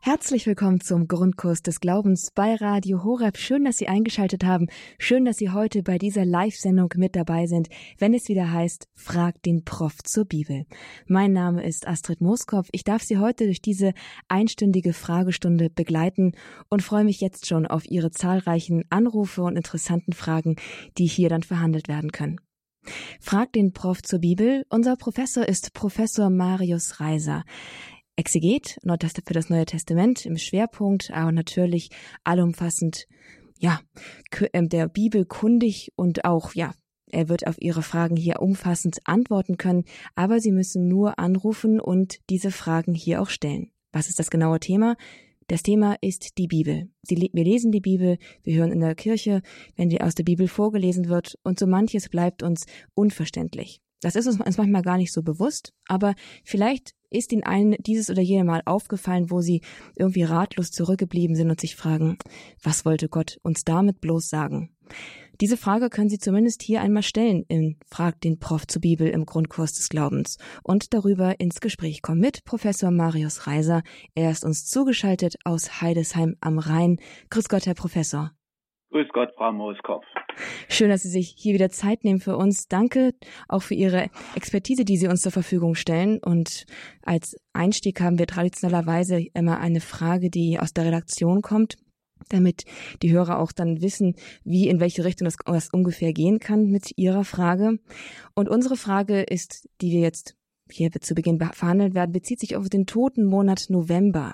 Herzlich willkommen zum Grundkurs des Glaubens bei Radio Horeb. Schön, dass Sie eingeschaltet haben. Schön, dass Sie heute bei dieser Live-Sendung mit dabei sind, wenn es wieder heißt, Frag den Prof zur Bibel. Mein Name ist Astrid Mooskopf. Ich darf Sie heute durch diese einstündige Fragestunde begleiten und freue mich jetzt schon auf Ihre zahlreichen Anrufe und interessanten Fragen, die hier dann verhandelt werden können. Frag den Prof zur Bibel. Unser Professor ist Professor Marius Reiser. Exeget für das Neue Testament im Schwerpunkt, aber natürlich allumfassend, der Bibel kundig und auch, er wird auf Ihre Fragen hier umfassend antworten können, aber Sie müssen nur anrufen und diese Fragen hier auch stellen. Was ist das genaue Thema? Das Thema ist die Bibel. Wir lesen die Bibel, wir hören in der Kirche, wenn die aus der Bibel vorgelesen wird und so manches bleibt uns unverständlich. Das ist uns manchmal gar nicht so bewusst, aber vielleicht ist Ihnen allen dieses oder jene Mal aufgefallen, wo Sie irgendwie ratlos zurückgeblieben sind und sich fragen, was wollte Gott uns damit bloß sagen? Diese Frage können Sie zumindest hier einmal stellen in Frag den Prof zur Bibel im Grundkurs des Glaubens und darüber ins Gespräch kommen mit Professor Marius Reiser. Er ist uns zugeschaltet aus Heidesheim am Rhein. Grüß Gott, Herr Professor. Grüß Gott, Frau Mooskopf. Schön, dass Sie sich hier wieder Zeit nehmen für uns. Danke auch für Ihre Expertise, die Sie uns zur Verfügung stellen. Und als Einstieg haben wir traditionellerweise immer eine Frage, die aus der Redaktion kommt, damit die Hörer auch dann wissen, in welche Richtung das ungefähr gehen kann mit Ihrer Frage. Und unsere Frage ist, die wir jetzt hier zu Beginn verhandelt werden, bezieht sich auf den Totenmonat November.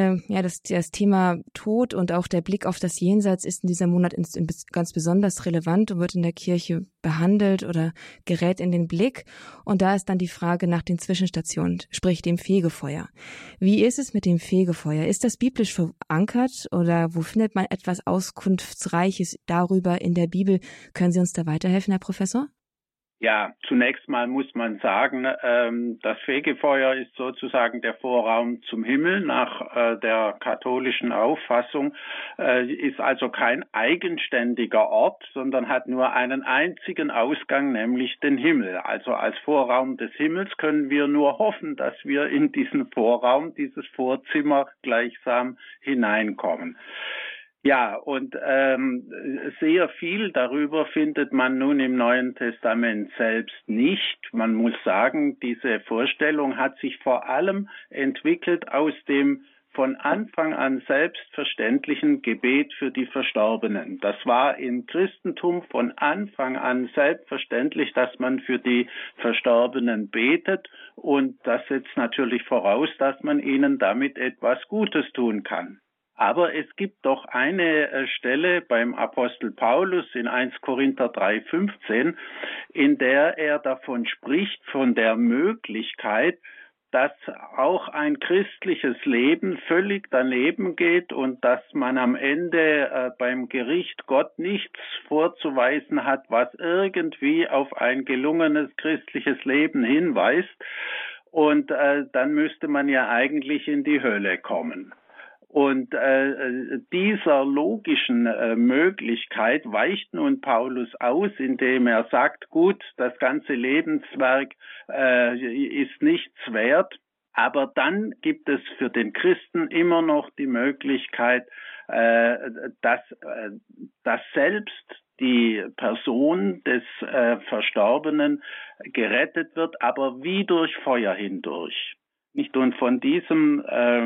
Das Thema Tod und auch der Blick auf das Jenseits ist in diesem Monat ganz besonders relevant und wird in der Kirche behandelt oder gerät in den Blick. Und da ist dann die Frage nach den Zwischenstationen, sprich dem Fegefeuer. Wie ist es mit dem Fegefeuer? Ist das biblisch verankert oder wo findet man etwas Auskunftsreiches darüber in der Bibel? Können Sie uns da weiterhelfen, Herr Professor? Ja, zunächst mal muss man sagen, das Fegefeuer ist sozusagen der Vorraum zum Himmel nach der katholischen Auffassung, ist also kein eigenständiger Ort, sondern hat nur einen einzigen Ausgang, nämlich den Himmel. Also als Vorraum des Himmels können wir nur hoffen, dass wir in diesen Vorraum, dieses Vorzimmer gleichsam hineinkommen. Ja, und sehr viel darüber findet man nun im Neuen Testament selbst nicht. Man muss sagen, diese Vorstellung hat sich vor allem entwickelt aus dem von Anfang an selbstverständlichen Gebet für die Verstorbenen. Das war im Christentum von Anfang an selbstverständlich, dass man für die Verstorbenen betet, und das setzt natürlich voraus, dass man ihnen damit etwas Gutes tun kann. Aber es gibt doch eine Stelle beim Apostel Paulus in 1 Korinther 3,15, in der er davon spricht, von der Möglichkeit, dass auch ein christliches Leben völlig daneben geht und dass man am Ende beim Gericht Gott nichts vorzuweisen hat, was irgendwie auf ein gelungenes christliches Leben hinweist. Und dann müsste man ja eigentlich in die Hölle kommen. Und dieser logischen Möglichkeit weicht nun Paulus aus, indem er sagt, gut, das ganze Lebenswerk ist nichts wert, aber dann gibt es für den Christen immer noch die Möglichkeit, dass selbst die Person des Verstorbenen gerettet wird, aber wie durch Feuer hindurch. Nicht? Und von diesem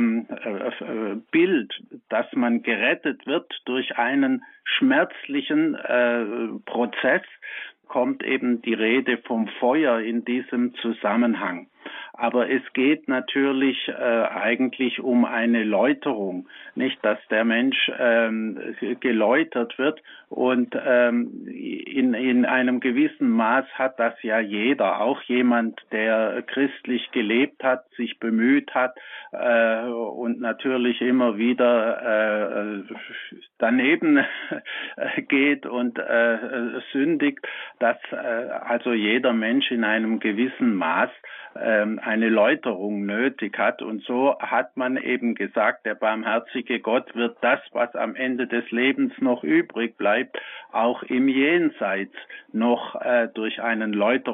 Bild, dass man gerettet wird durch einen schmerzlichen Prozess, kommt eben die Rede vom Feuer in diesem Zusammenhang. Aber es geht natürlich eigentlich um eine Läuterung, nicht, dass der Mensch geläutert wird, und in einem gewissen Maß hat das ja jeder, auch jemand, der christlich gelebt hat, sich bemüht hat und natürlich immer wieder daneben geht und sündigt, dass also jeder Mensch in einem gewissen Maß eine Läuterung nötig hat. Und so hat man eben gesagt, der barmherzige Gott wird das, was am Ende des Lebens noch übrig bleibt, auch im Jenseits noch durch einen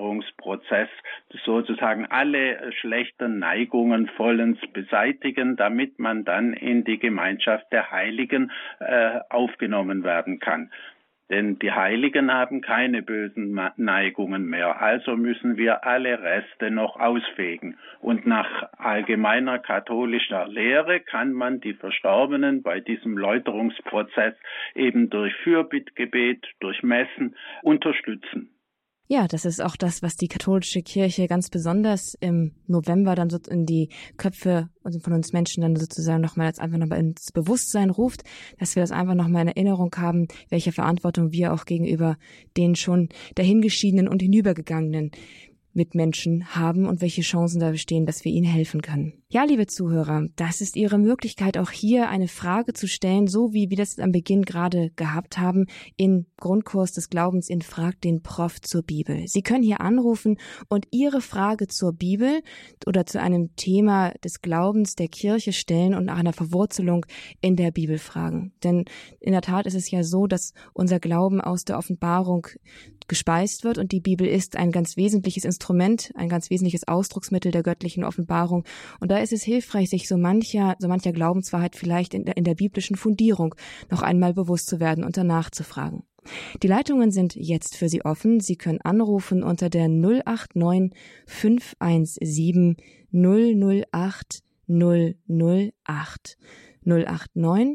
Läuterungsprozess sozusagen alle schlechten Neigungen vollends beseitigen, damit damit man dann in die Gemeinschaft der Heiligen aufgenommen werden kann. Denn die Heiligen haben keine bösen Neigungen mehr, also müssen wir alle Reste noch ausfegen. Und nach allgemeiner katholischer Lehre kann man die Verstorbenen bei diesem Läuterungsprozess eben durch Fürbittgebet, durch Messen unterstützen. Ja, das ist auch das, was die katholische Kirche ganz besonders im November dann so in die Köpfe von uns Menschen dann sozusagen nochmal als einfach nochmal ins Bewusstsein ruft, dass wir das einfach nochmal in Erinnerung haben, welche Verantwortung wir auch gegenüber den schon dahingeschiedenen und hinübergegangenen Mitmenschen haben und welche Chancen da bestehen, dass wir ihnen helfen können. Ja, liebe Zuhörer, das ist Ihre Möglichkeit, auch hier eine Frage zu stellen, so wie wir das am Beginn gerade gehabt haben, im Grundkurs des Glaubens in Frag den Prof zur Bibel. Sie können hier anrufen und Ihre Frage zur Bibel oder zu einem Thema des Glaubens der Kirche stellen und nach einer Verwurzelung in der Bibel fragen. Denn in der Tat ist es ja so, dass unser Glauben aus der Offenbarung gespeist wird und die Bibel ist ein ganz wesentliches Instrument, ein ganz wesentliches Ausdrucksmittel der göttlichen Offenbarung. Und da ist es hilfreich, sich so mancher Glaubenswahrheit vielleicht in der biblischen Fundierung noch einmal bewusst zu werden und danach zu fragen. Die Leitungen sind jetzt für Sie offen. Sie können anrufen unter der 089 517 008 008 089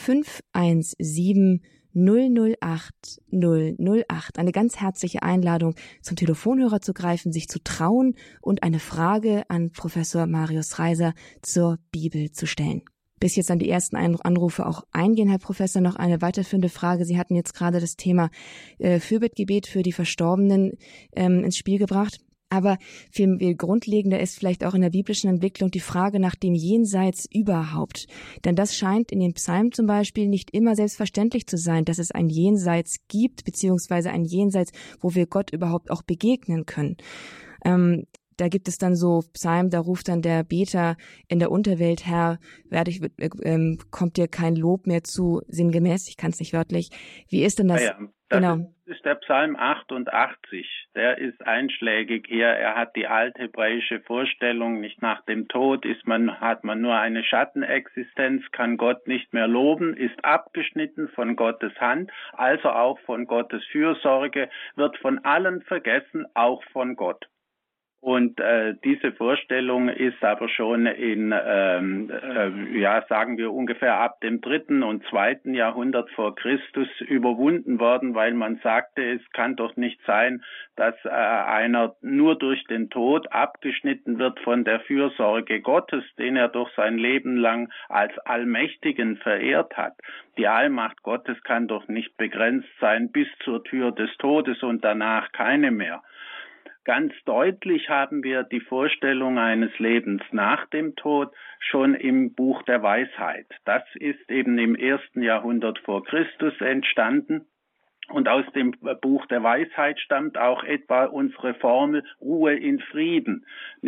517 008 008. Eine ganz herzliche Einladung, zum Telefonhörer zu greifen, sich zu trauen und eine Frage an Professor Marius Reiser zur Bibel zu stellen. Bis jetzt dann die ersten Anrufe auch eingehen, Herr Professor, noch eine weiterführende Frage. Sie hatten jetzt gerade das Thema Fürbittgebet für die Verstorbenen ins Spiel gebracht. Aber viel grundlegender ist vielleicht auch in der biblischen Entwicklung die Frage nach dem Jenseits überhaupt. Denn das scheint in den Psalmen zum Beispiel nicht immer selbstverständlich zu sein, dass es ein Jenseits gibt, beziehungsweise ein Jenseits, wo wir Gott überhaupt auch begegnen können. Da gibt es dann so Psalmen, da ruft dann der Beter in der Unterwelt, Herr, kommt dir kein Lob mehr zu, sinngemäß, ich kann es nicht wörtlich. Wie ist denn das? Ja, das ist der Psalm 88. Der ist einschlägig hier. Er hat die althebräische Vorstellung, nicht nach dem Tod hat man nur eine Schattenexistenz, kann Gott nicht mehr loben, ist abgeschnitten von Gottes Hand, also auch von Gottes Fürsorge, wird von allen vergessen, auch von Gott. Und diese Vorstellung ist aber schon in, sagen wir ungefähr ab dem 3. und 2. Jahrhundert vor Christus überwunden worden, weil man sagte, es kann doch nicht sein, dass einer nur durch den Tod abgeschnitten wird von der Fürsorge Gottes, den er doch sein Leben lang als Allmächtigen verehrt hat. Die Allmacht Gottes kann doch nicht begrenzt sein bis zur Tür des Todes und danach keine mehr. Ganz deutlich haben wir die Vorstellung eines Lebens nach dem Tod schon im Buch der Weisheit. Das ist eben im 1. Jahrhundert vor Christus entstanden. Und aus dem Buch der Weisheit stammt auch etwa unsere Formel Ruhe in Frieden.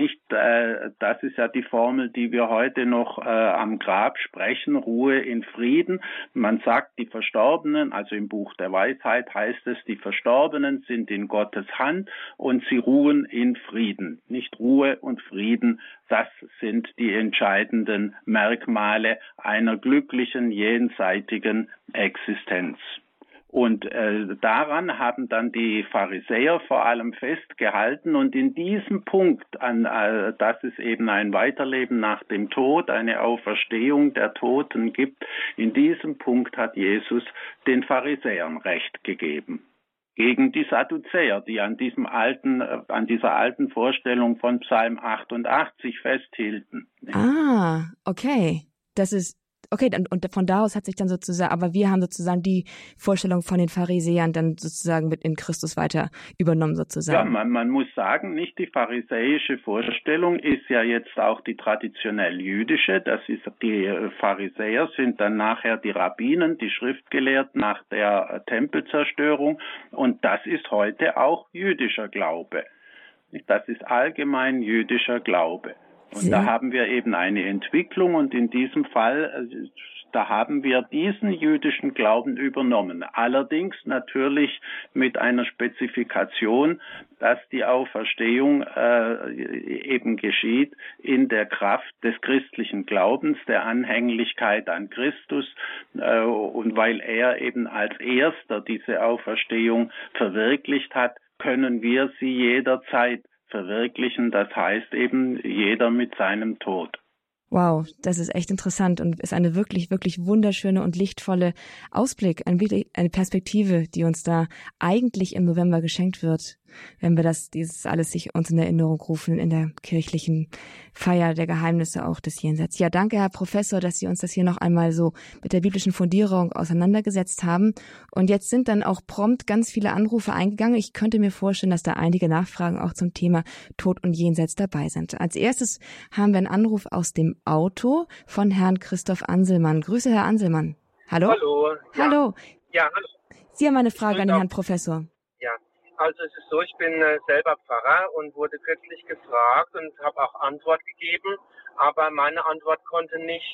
Das ist ja die Formel, die wir heute noch am Grab sprechen, Ruhe in Frieden. Man sagt, die Verstorbenen, also im Buch der Weisheit heißt es, die Verstorbenen sind in Gottes Hand und sie ruhen in Frieden. Nicht Ruhe und Frieden, das sind die entscheidenden Merkmale einer glücklichen jenseitigen Existenz. Und daran haben dann die Pharisäer vor allem festgehalten und in diesem Punkt, dass es eben ein Weiterleben nach dem Tod, eine Auferstehung der Toten gibt, in diesem Punkt hat Jesus den Pharisäern Recht gegeben. Gegen die Sadduzäer, die an dieser alten Vorstellung von Psalm 88 festhielten. Ah, okay. Okay, und von da aus hat sich dann sozusagen, aber wir haben sozusagen die Vorstellung von den Pharisäern dann sozusagen mit in Christus weiter übernommen sozusagen. Ja, man muss sagen, nicht die pharisäische Vorstellung ist ja jetzt auch die traditionell jüdische. Die Pharisäer sind dann nachher die Rabbinen, die Schriftgelehrten nach der Tempelzerstörung und das ist heute auch jüdischer Glaube. Das ist allgemein jüdischer Glaube. Und da haben wir eben eine Entwicklung und in diesem Fall Da haben wir diesen jüdischen Glauben übernommen. Allerdings natürlich mit einer Spezifikation, dass die Auferstehung eben geschieht in der Kraft des christlichen Glaubens, der Anhänglichkeit an Christus, und weil er eben als Erster diese Auferstehung verwirklicht hat, können wir sie jederzeit verwirklichen. Das heißt eben jeder mit seinem Tod. Wow, das ist echt interessant und ist eine wirklich, wirklich wunderschöne und lichtvolle Ausblick, eine Perspektive, die uns da eigentlich im November geschenkt wird, wenn wir dieses alles sich uns in Erinnerung rufen in der kirchlichen Feier der Geheimnisse auch des Jenseits. Ja, danke, Herr Professor, dass Sie uns das hier noch einmal so mit der biblischen Fundierung auseinandergesetzt haben. Und jetzt sind dann auch prompt ganz viele Anrufe eingegangen. Ich könnte mir vorstellen, dass da einige Nachfragen auch zum Thema Tod und Jenseits dabei sind. Als erstes haben wir einen Anruf aus dem Auto von Herrn Christoph Anselmann. Grüße, Herr Anselmann. Hallo? Hallo. Ja. Hallo. Ja, hallo. Sie haben eine Frage an den Herrn Professor. Ja, also es ist so, ich bin selber Pfarrer und wurde kürzlich gefragt und habe auch Antwort gegeben, aber meine Antwort konnte nicht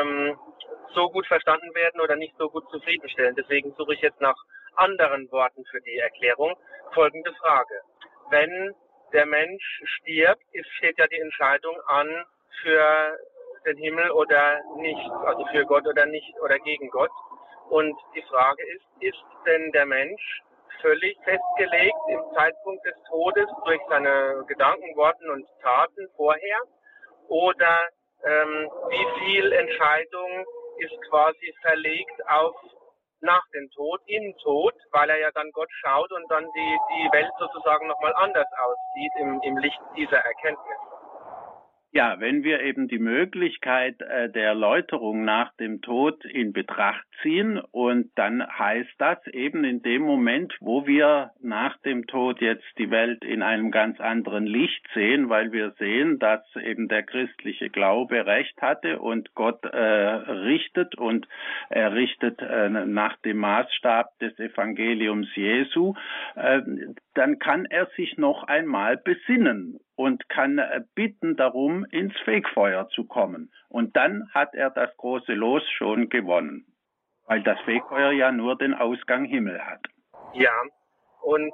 so gut verstanden werden oder nicht so gut zufriedenstellen. Deswegen suche ich jetzt nach anderen Worten für die Erklärung. Folgende Frage. Wenn der Mensch stirbt, steht ja die Entscheidung an für den Himmel oder nicht, also für Gott oder nicht oder gegen Gott. Und die Frage ist denn der Mensch völlig festgelegt im Zeitpunkt des Todes durch seine Gedanken, Worten und Taten vorher? Oder wie viel Entscheidung ist quasi verlegt auf nach dem Tod, im Tod, weil er ja dann Gott schaut und dann die Welt sozusagen nochmal anders aussieht im Licht dieser Erkenntnis? Ja, wenn wir eben die Möglichkeit der Erläuterung nach dem Tod in Betracht ziehen, und dann heißt das eben in dem Moment, wo wir nach dem Tod jetzt die Welt in einem ganz anderen Licht sehen, weil wir sehen, dass eben der christliche Glaube Recht hatte und Gott richtet, und er richtet nach dem Maßstab des Evangeliums Jesu, dann kann er sich noch einmal besinnen und kann bitten darum, ins Fegfeuer zu kommen. Und dann hat er das große Los schon gewonnen, weil das Fegfeuer ja nur den Ausgang Himmel hat. Ja, und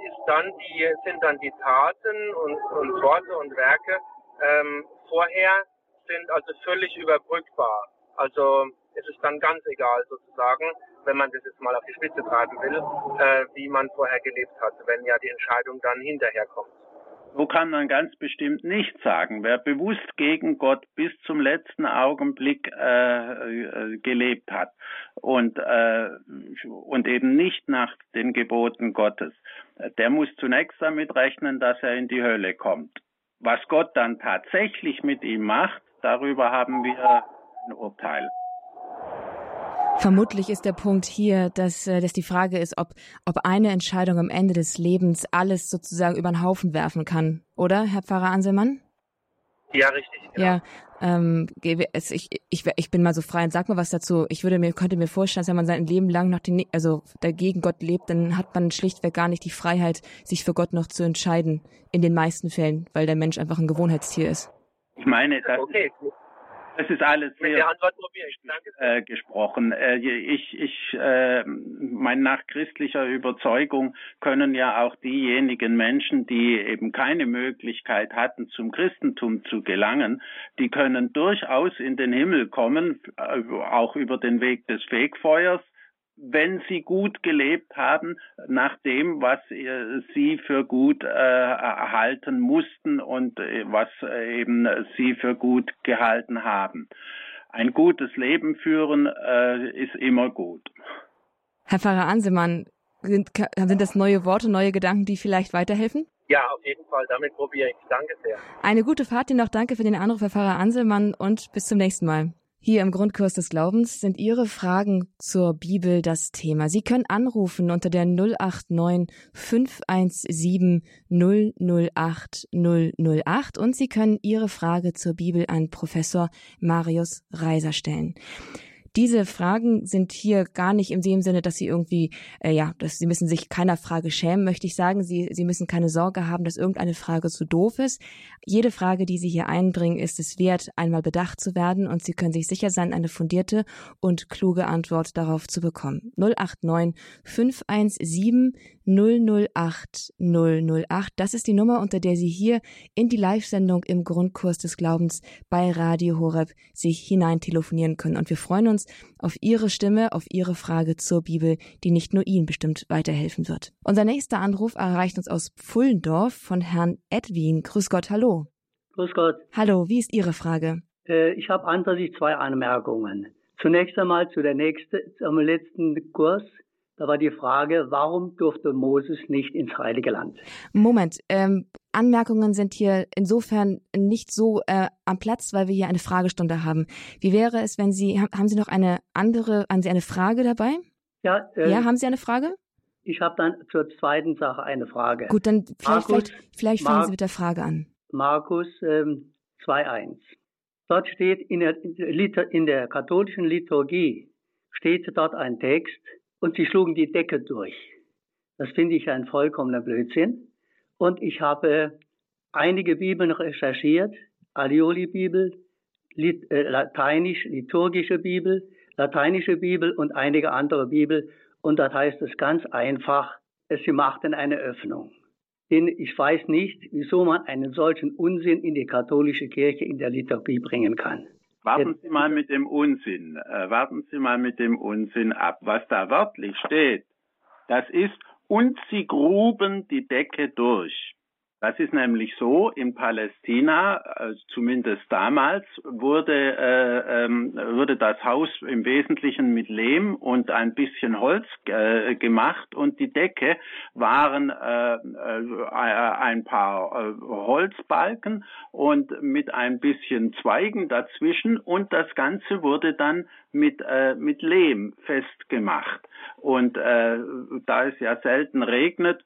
sind dann die Taten und Worte und Werke vorher sind also völlig überbrückbar. Also es ist dann ganz egal sozusagen, wenn man das jetzt mal auf die Spitze treiben will, wie man vorher gelebt hat, wenn ja die Entscheidung dann hinterher kommt. So kann man ganz bestimmt nicht sagen. Wer bewusst gegen Gott bis zum letzten Augenblick gelebt hat und eben nicht nach den Geboten Gottes, der muss zunächst damit rechnen, dass er in die Hölle kommt. Was Gott dann tatsächlich mit ihm macht, darüber haben wir ein Urteil. Vermutlich ist der Punkt hier, dass die Frage ist, ob eine Entscheidung am Ende des Lebens alles sozusagen über den Haufen werfen kann, oder, Herr Pfarrer Anselmann? Ja, richtig. Genau. Ja, ich bin mal so frei und sag mal was dazu. Könnte mir vorstellen, dass wenn man sein Leben lang dagegen Gott lebt, dann hat man schlichtweg gar nicht die Freiheit, sich für Gott noch zu entscheiden, in den meisten Fällen, weil der Mensch einfach ein Gewohnheitstier ist. Ich meine, das ist alles sehr gesprochen. Mein nach christlicher Überzeugung können ja auch diejenigen Menschen, die eben keine Möglichkeit hatten, zum Christentum zu gelangen, die können durchaus in den Himmel kommen, auch über den Weg des Fegfeuers, wenn sie gut gelebt haben, nach dem, was sie für gut erhalten mussten und was eben sie für gut gehalten haben. Ein gutes Leben führen ist immer gut. Herr Pfarrer Anselmann, sind das neue Worte, neue Gedanken, die vielleicht weiterhelfen? Ja, auf jeden Fall. Damit probiere ich. Danke sehr. Eine gute Fahrt Ihnen noch. Danke für den Anruf, Herr Pfarrer Anselmann, und bis zum nächsten Mal. Hier im Grundkurs des Glaubens sind Ihre Fragen zur Bibel das Thema. Sie können anrufen unter der 089 517 008 008 und Sie können Ihre Frage zur Bibel an Professor Marius Reiser stellen. Diese Fragen sind hier gar nicht in dem Sinne, dass Sie irgendwie, Sie müssen sich keiner Frage schämen, möchte ich sagen. Sie müssen keine Sorge haben, dass irgendeine Frage zu doof ist. Jede Frage, die Sie hier einbringen, ist es wert, einmal bedacht zu werden und Sie können sich sicher sein, eine fundierte und kluge Antwort darauf zu bekommen. 089 517 008 008. Das ist die Nummer, unter der Sie hier in die Live-Sendung im Grundkurs des Glaubens bei Radio Horeb sich hinein telefonieren können. Und wir freuen uns auf Ihre Stimme, auf Ihre Frage zur Bibel, die nicht nur Ihnen bestimmt weiterhelfen wird. Unser nächster Anruf erreicht uns aus Pfullendorf von Herrn Edwin. Grüß Gott, hallo. Grüß Gott. Hallo, wie ist Ihre Frage? Ich habe an sich 2 Anmerkungen. Zunächst einmal zum letzten Kurs. Da war die Frage, warum durfte Moses nicht ins Heilige Land? Moment, Anmerkungen sind hier insofern nicht so am Platz, weil wir hier eine Fragestunde haben. Wie wäre es, wenn haben Sie noch eine Frage dabei? Ja, haben Sie eine Frage? Ich habe dann zur zweiten Sache eine Frage. Gut, dann vielleicht fangen Sie mit der Frage an. Markus 2,1. Dort steht in der katholischen Liturgie, steht dort ein Text, und sie schlugen die Decke durch. Das finde ich ein vollkommener Blödsinn. Und ich habe einige Bibeln recherchiert, Alioli-Bibel, liturgische Bibel, lateinische Bibel und einige andere Bibel. Und das heißt es ganz einfach, sie machten eine Öffnung. Denn ich weiß nicht, wieso man einen solchen Unsinn in die katholische Kirche in der Liturgie bringen kann. Warten Sie mal mit dem Unsinn. Warten Sie mal mit dem Unsinn ab. Was da wörtlich steht, das ist, und sie gruben die Decke durch. Das ist nämlich so, in Palästina, zumindest damals, wurde das Haus im Wesentlichen mit Lehm und ein bisschen Holz gemacht und die Decke waren ein paar Holzbalken und mit ein bisschen Zweigen dazwischen und das Ganze wurde dann mit Lehm festgemacht. Und da es ja selten regnet,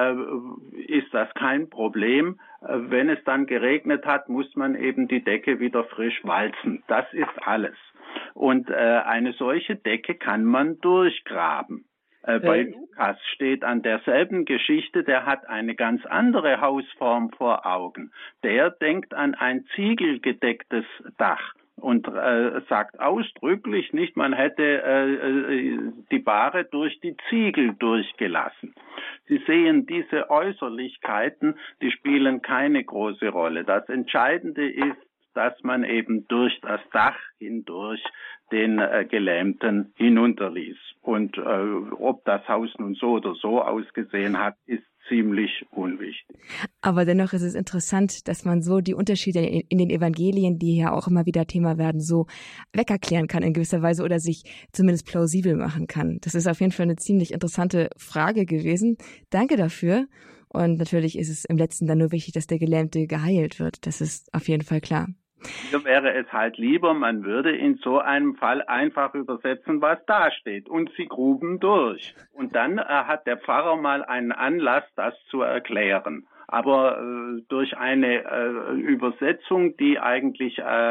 ist das kein Problem. Wenn es dann geregnet hat, muss man eben die Decke wieder frisch walzen. Das ist alles. Und eine solche Decke kann man durchgraben. Bei Lukas steht an derselben Geschichte, der hat eine ganz andere Hausform vor Augen. Der denkt an ein ziegelgedecktes Dach. Und sagt ausdrücklich nicht, man hätte die Bahre durch die Ziegel durchgelassen. Sie sehen, diese Äußerlichkeiten, die spielen keine große Rolle. Das Entscheidende ist, dass man eben durch das Dach hindurch den Gelähmten hinunterließ. Und ob das Haus nun so oder so ausgesehen hat, ist ziemlich unwichtig. Aber dennoch ist es interessant, dass man so die Unterschiede in den Evangelien, die ja auch immer wieder Thema werden, so wegerklären kann in gewisser Weise oder sich zumindest plausibel machen kann. Das ist auf jeden Fall eine ziemlich interessante Frage gewesen. Danke dafür. Und natürlich ist es im Letzten dann nur wichtig, dass der Gelähmte geheilt wird. Das ist auf jeden Fall klar. Mir wäre es halt lieber, man würde in so einem Fall einfach übersetzen, was da steht. Und sie gruben durch. Und dann hat der Pfarrer mal einen Anlass, das zu erklären. Aber durch eine Übersetzung, die eigentlich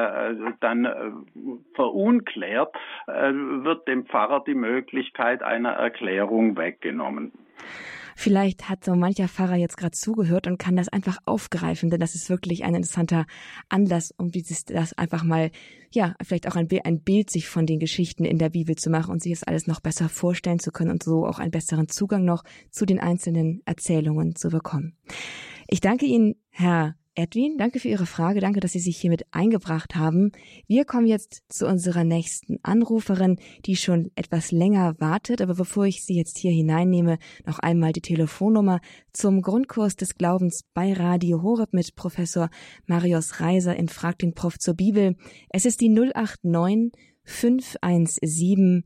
dann verunklärt, wird dem Pfarrer die Möglichkeit einer Erklärung weggenommen. Vielleicht hat so mancher Pfarrer jetzt gerade zugehört und kann das einfach aufgreifen, denn das ist wirklich ein interessanter Anlass, um das einfach mal, vielleicht auch ein Bild sich von den Geschichten in der Bibel zu machen und sich das alles noch besser vorstellen zu können und so auch einen besseren Zugang noch zu den einzelnen Erzählungen zu bekommen. Ich danke Ihnen, Herr Edwin, danke für Ihre Frage, danke, dass Sie sich hiermit eingebracht haben. Wir kommen jetzt zu unserer nächsten Anruferin, die schon etwas länger wartet, aber bevor ich sie jetzt hier hineinnehme, noch einmal die Telefonnummer zum Grundkurs des Glaubens bei Radio Horeb mit Professor Marius Reiser in Frag den Prof zur Bibel. Es ist die 089 517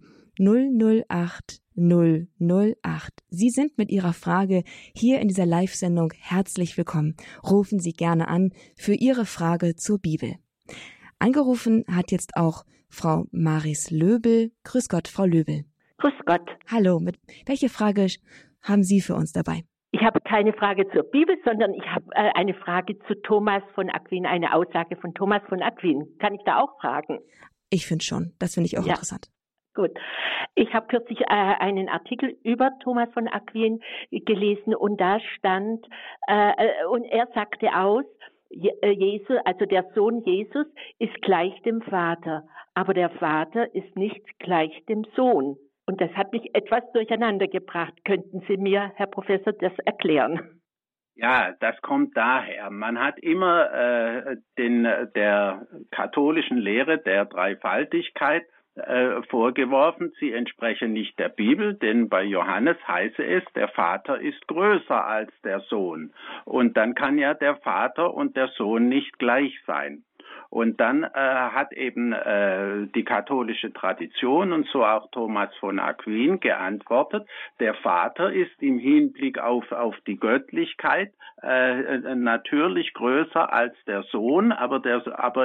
008 008. Sie sind mit Ihrer Frage hier in dieser Live-Sendung herzlich willkommen. Rufen Sie gerne an für Ihre Frage zur Bibel. Angerufen hat jetzt auch Frau Maris Löbel. Grüß Gott, Frau Löbel. Grüß Gott. Hallo, welche Frage haben Sie für uns dabei? Ich habe keine Frage zur Bibel, sondern ich habe eine Frage zu Thomas von Aquin, eine Aussage von Thomas von Aquin. Kann ich da auch fragen? Ich finde schon. Das finde ich auch interessant. Gut. Ich habe kürzlich einen Artikel über Thomas von Aquin gelesen und da stand, und er sagte aus, Jesus, also der Sohn Jesus ist gleich dem Vater, aber der Vater ist nicht gleich dem Sohn. Und das hat mich etwas durcheinander gebracht. Könnten Sie mir, Herr Professor, das erklären? Ja, das kommt daher. Man hat immer der katholischen Lehre der Dreifaltigkeit vorgeworfen, sie entspreche nicht der Bibel, denn bei Johannes heiße es, der Vater ist größer als der Sohn. Und dann kann ja der Vater und der Sohn nicht gleich sein. Und dann hat eben die katholische Tradition und so auch Thomas von Aquin geantwortet, der Vater ist im Hinblick auf die Göttlichkeit natürlich größer als der Sohn, der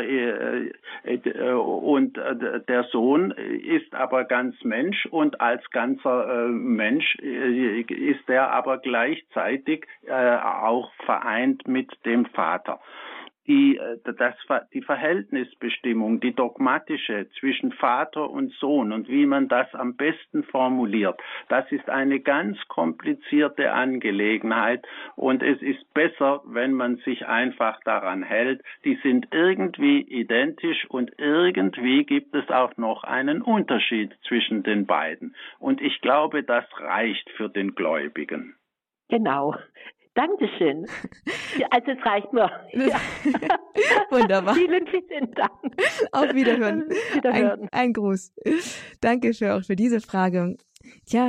Sohn ist aber ganz Mensch und als ganzer Mensch ist er aber gleichzeitig auch vereint mit dem Vater. Die Verhältnisbestimmung, die dogmatische zwischen Vater und Sohn und wie man das am besten formuliert, das ist eine ganz komplizierte Angelegenheit und es ist besser, wenn man sich einfach daran hält. Die sind irgendwie identisch und irgendwie gibt es auch noch einen Unterschied zwischen den beiden. Und ich glaube, das reicht für den Gläubigen. Genau. Dankeschön. Also es reicht mir. Ja. Wunderbar. Vielen Dank. Auf Wiederhören. Ein Gruß. Danke auch für diese Frage. Tja,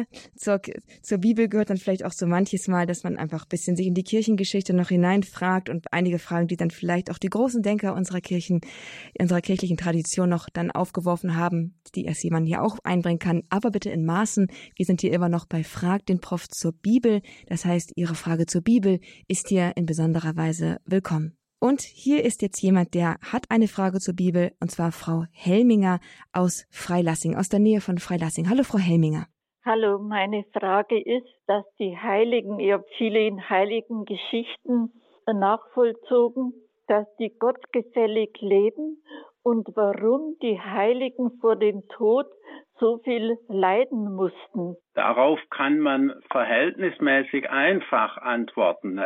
zur Bibel gehört dann vielleicht auch so manches Mal, dass man einfach ein bisschen sich in die Kirchengeschichte noch hineinfragt und einige Fragen, die dann vielleicht auch die großen Denker unserer kirchlichen Tradition noch dann aufgeworfen haben, die erst jemand hier auch einbringen kann. Aber bitte in Maßen. Wir sind hier immer noch bei Frag den Prof zur Bibel. Das heißt, Ihre Frage zur Bibel ist hier in besonderer Weise willkommen. Und hier ist jetzt jemand, der hat eine Frage zur Bibel, und zwar Frau Helminger aus Freilassing, aus der Nähe von Freilassing. Hallo, Frau Helminger. Hallo, meine Frage ist, dass die Heiligen, ich habe viele in heiligen Geschichten nachvollzogen, dass die gottgesellig leben und warum die Heiligen vor dem Tod so viel leiden mussten. Darauf kann man verhältnismäßig einfach antworten.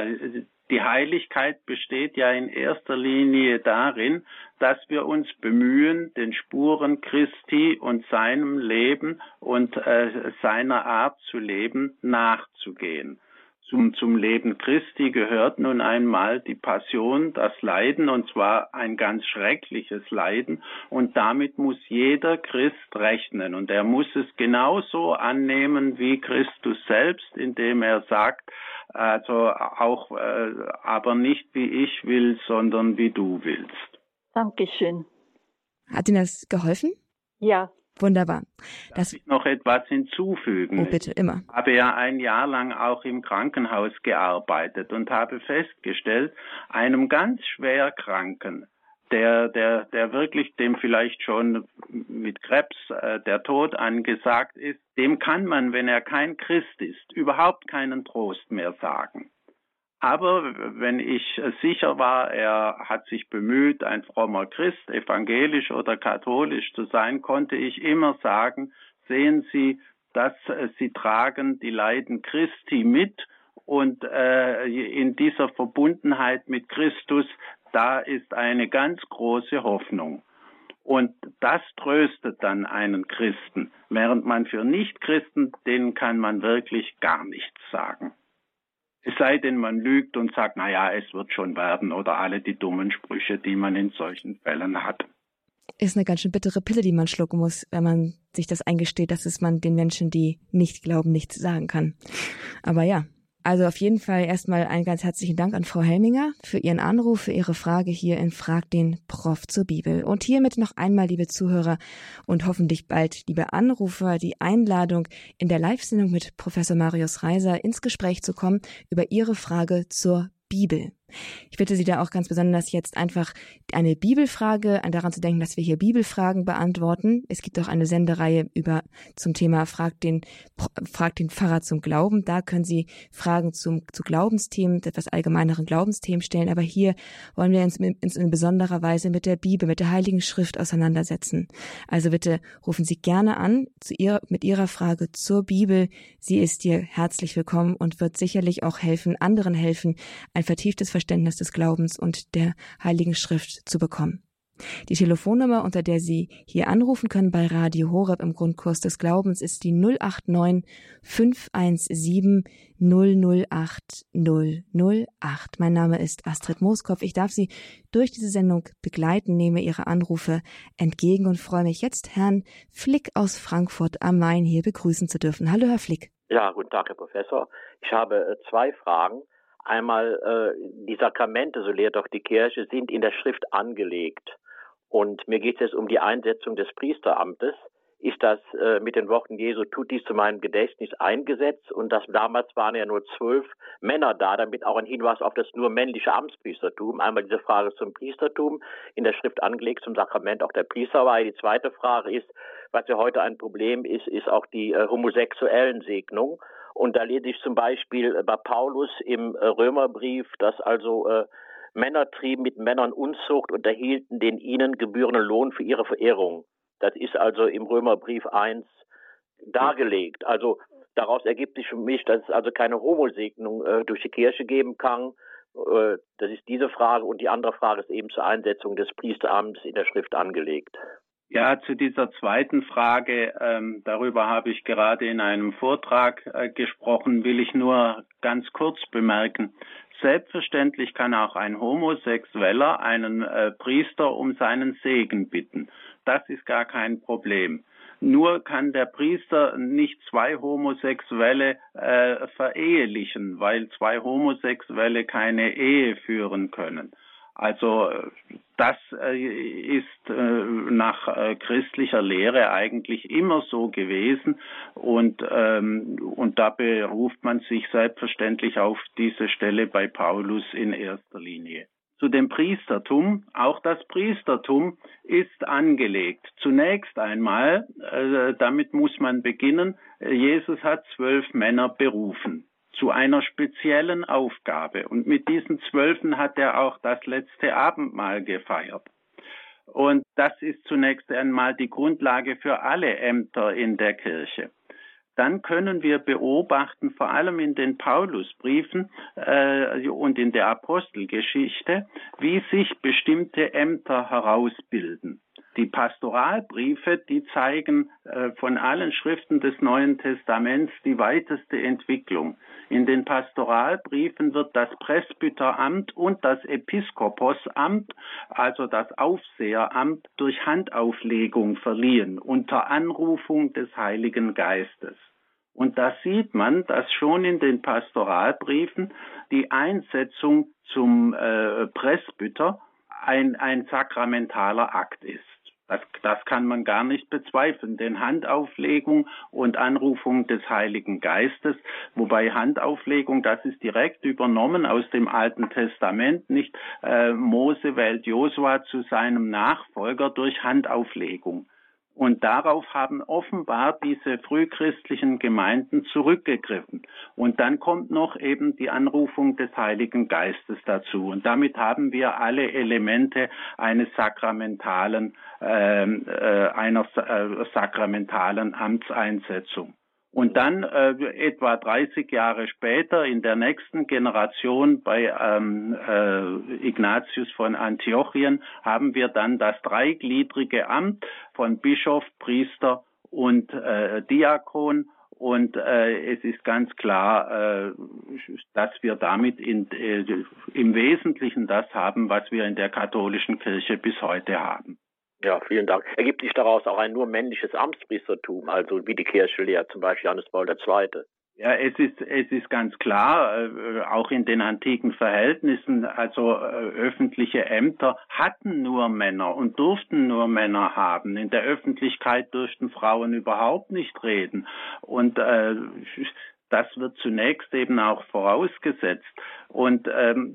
Die Heiligkeit besteht ja in erster Linie darin, dass wir uns bemühen, den Spuren Christi und seinem Leben und seiner Art zu leben nachzugehen. Zum Leben Christi gehört nun einmal die Passion, das Leiden, und zwar ein ganz schreckliches Leiden. Und damit muss jeder Christ rechnen. Und er muss es genauso annehmen wie Christus selbst, indem er sagt, also auch, aber nicht wie ich will, sondern wie du willst. Dankeschön. Hat Ihnen das geholfen? Ja. Wunderbar. Darf ich noch etwas hinzufügen? Oh, bitte, immer. Ich habe ja ein Jahr lang auch im Krankenhaus gearbeitet und habe festgestellt, einem ganz schwer Kranken, der wirklich dem vielleicht schon mit Krebs der Tod angesagt ist, dem kann man, wenn er kein Christ ist, überhaupt keinen Trost mehr sagen. Aber wenn ich sicher war, er hat sich bemüht, ein frommer Christ, evangelisch oder katholisch zu sein, konnte ich immer sagen, sehen Sie, dass Sie tragen die Leiden Christi mit und in dieser Verbundenheit mit Christus, da ist eine ganz große Hoffnung. Und das tröstet dann einen Christen, während man für Nichtchristen, denen kann man wirklich gar nichts sagen. Es sei denn, man lügt und sagt, naja, es wird schon werden, oder alle die dummen Sprüche, die man in solchen Fällen hat. Ist eine ganz schön bittere Pille, die man schlucken muss, wenn man sich das eingesteht, dass man den Menschen, die nicht glauben, nichts sagen kann. Aber ja, also auf jeden Fall erstmal einen ganz herzlichen Dank an Frau Helminger für Ihren Anruf, für Ihre Frage hier in Frag den Prof zur Bibel. Und hiermit noch einmal, liebe Zuhörer und hoffentlich bald, liebe Anrufer, die Einladung, in der Live-Sendung mit Professor Marius Reiser ins Gespräch zu kommen über Ihre Frage zur Bibel. Ich bitte Sie da auch ganz besonders jetzt einfach eine Bibelfrage, daran zu denken, dass wir hier Bibelfragen beantworten. Es gibt auch eine Sendereihe zum Thema Frag den Pfarrer zum Glauben. Da können Sie Fragen zu Glaubensthemen, etwas allgemeineren Glaubensthemen stellen. Aber hier wollen wir uns in besonderer Weise mit der Bibel, mit der Heiligen Schrift auseinandersetzen. Also bitte rufen Sie gerne an mit Ihrer Frage zur Bibel. Sie ist hier herzlich willkommen und wird sicherlich auch anderen helfen, ein vertieftes Verständnis des Glaubens und der Heiligen Schrift zu bekommen. Die Telefonnummer, unter der Sie hier anrufen können bei Radio Horeb im Grundkurs des Glaubens, ist die 089 517 008 008. Mein Name ist Astrid Mooskopf. Ich darf Sie durch diese Sendung begleiten, nehme Ihre Anrufe entgegen und freue mich jetzt, Herrn Flick aus Frankfurt am Main hier begrüßen zu dürfen. Hallo, Herr Flick. Ja, guten Tag, Herr Professor. Ich habe 2 Fragen. Einmal, die Sakramente, so lehrt doch die Kirche, sind in der Schrift angelegt. Und mir geht es jetzt um die Einsetzung des Priesteramtes. Ist das mit den Worten Jesu, tut dies zu meinem Gedächtnis, eingesetzt? Und damals waren ja nur 12 Männer da, damit auch ein Hinweis auf das nur männliche Amtspriestertum. Einmal diese Frage zum Priestertum, in der Schrift angelegt, zum Sakrament auch der Priesterweihe. Die zweite Frage ist, was ja heute ein Problem ist, ist auch die homosexuellen Segnung. Und da lese ich zum Beispiel bei Paulus im Römerbrief, dass also Männer trieben mit Männern Unzucht und erhielten den ihnen gebührenden Lohn für ihre Verehrung. Das ist also im Römerbrief 1 dargelegt. Also daraus ergibt sich für mich, dass es also keine Homosegnung durch die Kirche geben kann. Das ist diese Frage. Und die andere Frage ist eben zur Einsetzung des Priesteramts in der Schrift angelegt. Ja, zu dieser zweiten Frage, darüber habe ich gerade in einem Vortrag gesprochen, will ich nur ganz kurz bemerken. Selbstverständlich kann auch ein Homosexueller einen Priester um seinen Segen bitten. Das ist gar kein Problem. Nur kann der Priester nicht 2 Homosexuelle verehelichen, weil 2 Homosexuelle keine Ehe führen können. Also das ist nach christlicher Lehre eigentlich immer so gewesen und da beruft man sich selbstverständlich auf diese Stelle bei Paulus in erster Linie. Zu dem Priestertum, auch das Priestertum ist angelegt. Zunächst einmal, damit muss man beginnen, Jesus hat 12 Männer berufen zu einer speziellen Aufgabe. Und mit diesen 12 hat er auch das letzte Abendmahl gefeiert. Und das ist zunächst einmal die Grundlage für alle Ämter in der Kirche. Dann können wir beobachten, vor allem in den Paulusbriefen und in der Apostelgeschichte, wie sich bestimmte Ämter herausbilden. Die Pastoralbriefe, die zeigen von allen Schriften des Neuen Testaments die weiteste Entwicklung. In den Pastoralbriefen wird das Presbyteramt und das Episkoposamt, also das Aufseheramt, durch Handauflegung verliehen, unter Anrufung des Heiligen Geistes. Und da sieht man, dass schon in den Pastoralbriefen die Einsetzung zum Presbyter ein sakramentaler Akt ist. Das kann man gar nicht bezweifeln, denn Handauflegung und Anrufung des Heiligen Geistes, wobei Handauflegung, das ist direkt übernommen aus dem Alten Testament, nicht? Mose wählt Josua zu seinem Nachfolger durch Handauflegung. Und darauf haben offenbar diese frühchristlichen Gemeinden zurückgegriffen. Und dann kommt noch eben die Anrufung des Heiligen Geistes dazu. Und damit haben wir alle Elemente einer sakramentalen Amtseinsetzung. Und dann etwa 30 Jahre später in der nächsten Generation bei Ignatius von Antiochien haben wir dann das dreigliedrige Amt von Bischof, Priester und Diakon. Und es ist ganz klar, dass wir damit im Wesentlichen das haben, was wir in der katholischen Kirche bis heute haben. Ja, vielen Dank. Ergibt sich daraus auch ein nur männliches Amtspriestertum, also wie die Kirche lehrt, zum Beispiel Johannes Paul II.? Ja, es ist ganz klar, auch in den antiken Verhältnissen, also öffentliche Ämter hatten nur Männer und durften nur Männer haben. In der Öffentlichkeit durften Frauen überhaupt nicht reden. Und das wird zunächst eben auch vorausgesetzt. Und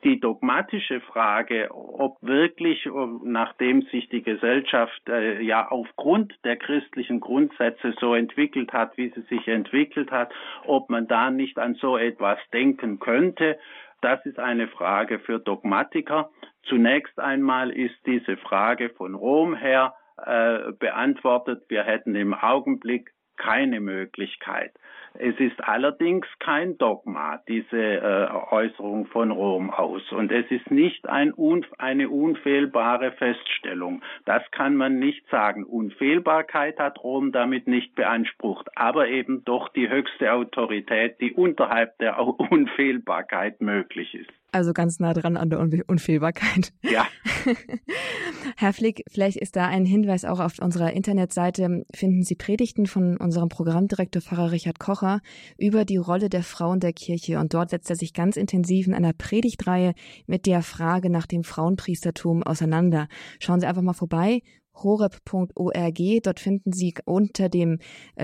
Die dogmatische Frage, ob wirklich, nachdem sich die Gesellschaft ja aufgrund der christlichen Grundsätze so entwickelt hat, wie sie sich entwickelt hat, ob man da nicht an so etwas denken könnte, das ist eine Frage für Dogmatiker. Zunächst einmal ist diese Frage von Rom her beantwortet. Wir hätten im Augenblick keine Möglichkeit. Es ist allerdings kein Dogma, diese Äußerung von Rom aus. Und es ist nicht eine unfehlbare Feststellung. Das kann man nicht sagen. Unfehlbarkeit hat Rom damit nicht beansprucht, aber eben doch die höchste Autorität, die unterhalb der Unfehlbarkeit möglich ist. Also ganz nah dran an der Unfehlbarkeit. Ja. Herr Flick, vielleicht ist da ein Hinweis auch auf unserer Internetseite. Finden Sie Predigten von unserem Programmdirektor Pfarrer Richard Kocher über die Rolle der Frau in der Kirche. Und dort setzt er sich ganz intensiv in einer Predigtreihe mit der Frage nach dem Frauenpriestertum auseinander. Schauen Sie einfach mal vorbei. horeb.org, dort finden Sie unter dem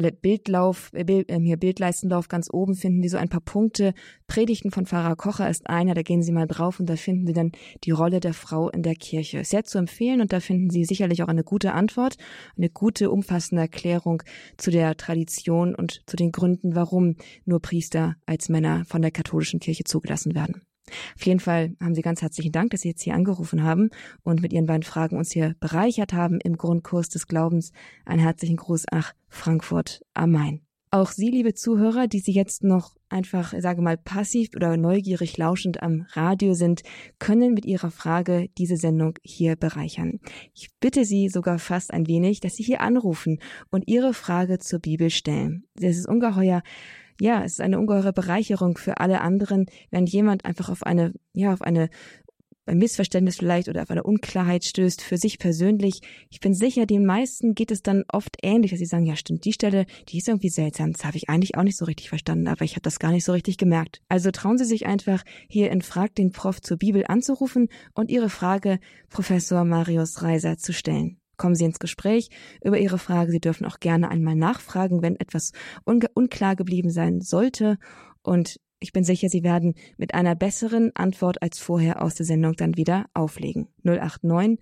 Bildleistenlauf ganz oben finden Sie so ein paar Punkte. Predigten von Pfarrer Kocher ist einer, da gehen Sie mal drauf und da finden Sie dann die Rolle der Frau in der Kirche. Sehr zu empfehlen und da finden Sie sicherlich auch eine gute Antwort, eine gute, umfassende Erklärung zu der Tradition und zu den Gründen, warum nur Priester als Männer von der katholischen Kirche zugelassen werden. Auf jeden Fall haben Sie ganz herzlichen Dank, dass Sie jetzt hier angerufen haben und mit Ihren beiden Fragen uns hier bereichert haben im Grundkurs des Glaubens. Einen herzlichen Gruß nach Frankfurt am Main. Auch Sie, liebe Zuhörer, die Sie jetzt noch einfach, sage mal, passiv oder neugierig lauschend am Radio sind, können mit Ihrer Frage diese Sendung hier bereichern. Ich bitte Sie sogar fast ein wenig, dass Sie hier anrufen und Ihre Frage zur Bibel stellen. Das ist ungeheuer. Ja, es ist eine ungeheure Bereicherung für alle anderen, wenn jemand einfach auf ein Missverständnis vielleicht oder auf eine Unklarheit stößt für sich persönlich. Ich bin sicher, den meisten geht es dann oft ähnlich, dass sie sagen, ja stimmt, die Stelle, die ist irgendwie seltsam, das habe ich eigentlich auch nicht so richtig verstanden, aber ich habe das gar nicht so richtig gemerkt. Also trauen Sie sich einfach, hier in Frag den Prof zur Bibel anzurufen und Ihre Frage Professor Marius Reiser zu stellen. Kommen Sie ins Gespräch über Ihre Frage. Sie dürfen auch gerne einmal nachfragen, wenn etwas unklar geblieben sein sollte. Und ich bin sicher, Sie werden mit einer besseren Antwort als vorher aus der Sendung dann wieder auflegen. 089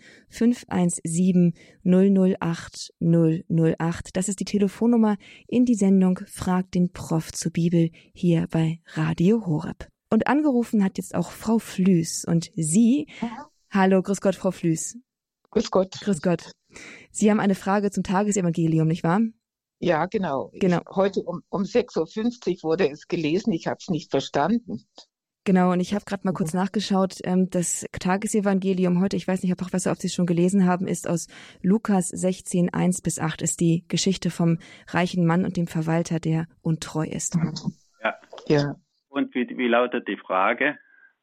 517 008 008. Das ist die Telefonnummer in die Sendung Frag den Prof zur Bibel hier bei Radio Horeb. Und angerufen hat jetzt auch Frau Flüß. Und Sie, hallo, grüß Gott, Frau Flüß. Grüß Gott. Grüß Gott. Sie haben eine Frage zum Tagesevangelium, nicht wahr? Ja, genau. Heute um 6.50 Uhr wurde es gelesen, ich habe es nicht verstanden. Genau, und ich habe gerade mal kurz nachgeschaut. Das Tagesevangelium heute, ich weiß nicht, Herr Professor, ob Sie es schon gelesen haben, ist aus Lukas 16, 1-8, ist die Geschichte vom reichen Mann und dem Verwalter, der untreu ist. Ja. Und wie lautet die Frage?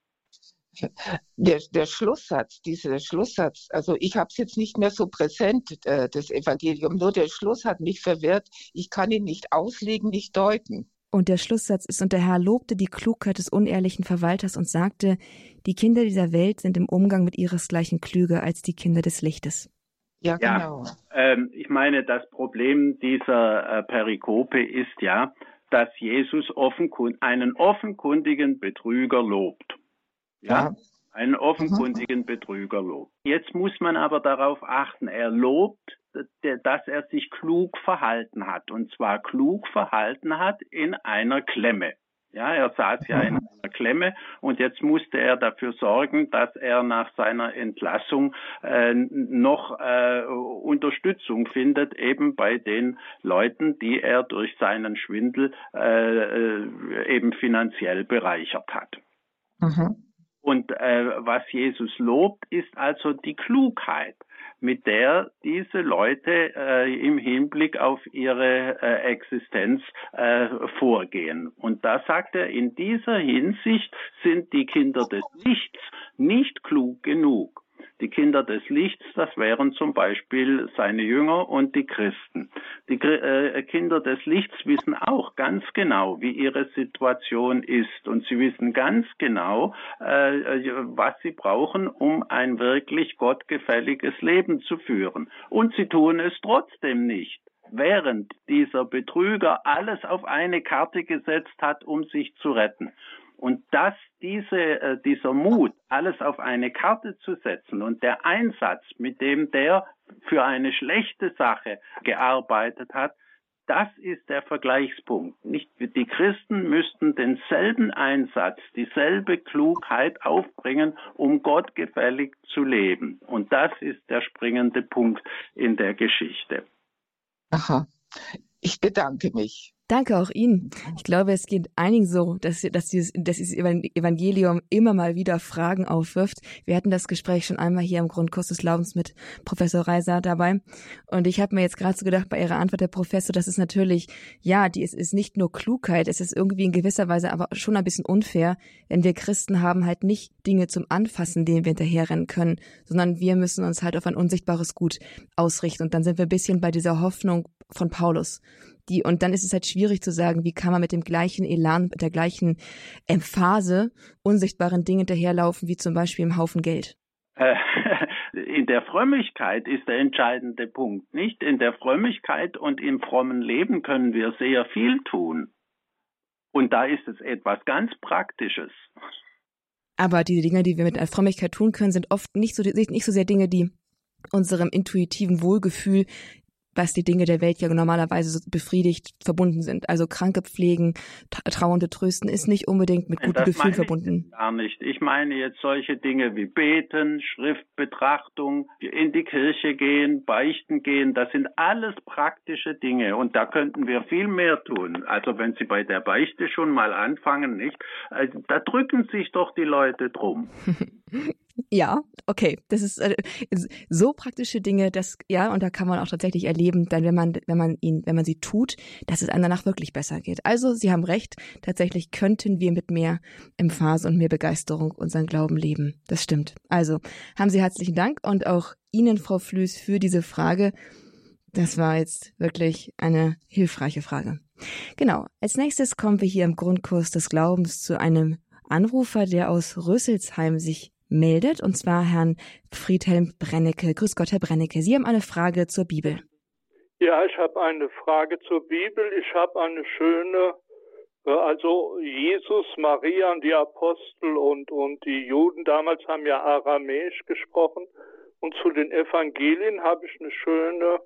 Der Schlusssatz, dieser Schlusssatz, also ich habe es jetzt nicht mehr so präsent, das Evangelium, nur der Schluss hat mich verwirrt. Ich kann ihn nicht auslegen, nicht deuten. Und der Schlusssatz ist, und der Herr lobte die Klugheit des unehrlichen Verwalters und sagte, die Kinder dieser Welt sind im Umgang mit ihresgleichen klüger als die Kinder des Lichtes. Ja, genau. Ich meine, das Problem dieser Perikope ist ja, dass Jesus einen offenkundigen Betrüger lobt. Ja, einen offenkundigen Betrüger lobt. Jetzt muss man aber darauf achten, er lobt, dass er sich klug verhalten hat. Und zwar klug verhalten hat in einer Klemme. Ja, er saß ja in einer Klemme und jetzt musste er dafür sorgen, dass er nach seiner Entlassung noch Unterstützung findet, eben bei den Leuten, die er durch seinen Schwindel eben finanziell bereichert hat. Und was Jesus lobt, ist also die Klugheit, mit der diese Leute im Hinblick auf ihre Existenz vorgehen. Und da sagt er, in dieser Hinsicht sind die Kinder des Lichts nicht klug genug. Die Kinder des Lichts, das wären zum Beispiel seine Jünger und die Christen. Die Kinder des Lichts wissen auch ganz genau, wie ihre Situation ist. Und sie wissen ganz genau, was sie brauchen, um ein wirklich gottgefälliges Leben zu führen. Und sie tun es trotzdem nicht. Während dieser Betrüger alles auf eine Karte gesetzt hat, um sich zu retten. Und dieser Mut, alles auf eine Karte zu setzen und der Einsatz, mit dem der für eine schlechte Sache gearbeitet hat, das ist der Vergleichspunkt. Nicht, die Christen müssten denselben Einsatz, dieselbe Klugheit aufbringen, um Gott gefällig zu leben. Und das ist der springende Punkt in der Geschichte. Aha. Ich bedanke mich. Danke auch Ihnen. Ich glaube, es geht einigen so, dass dieses Evangelium immer mal wieder Fragen aufwirft. Wir hatten das Gespräch schon einmal hier im Grundkurs des Glaubens mit Professor Reiser dabei. Und ich habe mir jetzt gerade so gedacht, bei Ihrer Antwort, Herr Professor, das ist natürlich, es ist nicht nur Klugheit, es ist irgendwie in gewisser Weise aber schon ein bisschen unfair, denn wir Christen haben halt nicht Dinge zum Anfassen, denen wir hinterherrennen können, sondern wir müssen uns halt auf ein unsichtbares Gut ausrichten. Und dann sind wir ein bisschen bei dieser Hoffnung von Paulus. Und dann ist es halt schwierig zu sagen, wie kann man mit dem gleichen Elan, mit der gleichen Emphase unsichtbaren Dingen hinterherlaufen, wie zum Beispiel im Haufen Geld. In der Frömmigkeit ist der entscheidende Punkt, nicht? In der Frömmigkeit und im frommen Leben können wir sehr viel tun. Und da ist es etwas ganz Praktisches. Aber die Dinge, die wir mit einer Frömmigkeit tun können, sind oft nicht so sehr Dinge, die unserem intuitiven Wohlgefühl, was die Dinge der Welt ja normalerweise so befriedigt, verbunden sind. Also Kranke pflegen, Trauernde trösten ist nicht unbedingt mit guten Gefühlen verbunden. Gar nicht. Ich meine jetzt solche Dinge wie Beten, Schriftbetrachtung, in die Kirche gehen, beichten gehen, das sind alles praktische Dinge und da könnten wir viel mehr tun. Also wenn Sie bei der Beichte schon mal anfangen, nicht? Also, da drücken sich doch die Leute drum. Ja, okay, das ist so praktische Dinge, und da kann man auch tatsächlich erleben, dann wenn man sie tut, dass es einem danach wirklich besser geht. Also Sie haben recht, tatsächlich könnten wir mit mehr Emphase und mehr Begeisterung unseren Glauben leben. Das stimmt. Also haben Sie herzlichen Dank und auch Ihnen, Frau Flüß, für diese Frage. Das war jetzt wirklich eine hilfreiche Frage. Genau, als nächstes kommen wir hier im Grundkurs des Glaubens zu einem Anrufer, der aus Rüsselsheim sich meldet, und zwar Herrn Friedhelm Brennecke. Grüß Gott, Herr Brennecke. Sie haben eine Frage zur Bibel. Ja, ich habe eine Frage zur Bibel. Ich habe eine schöne, also Jesus, Maria und die Apostel und die Juden damals haben ja Aramäisch gesprochen. Und zu den Evangelien habe ich eine schöne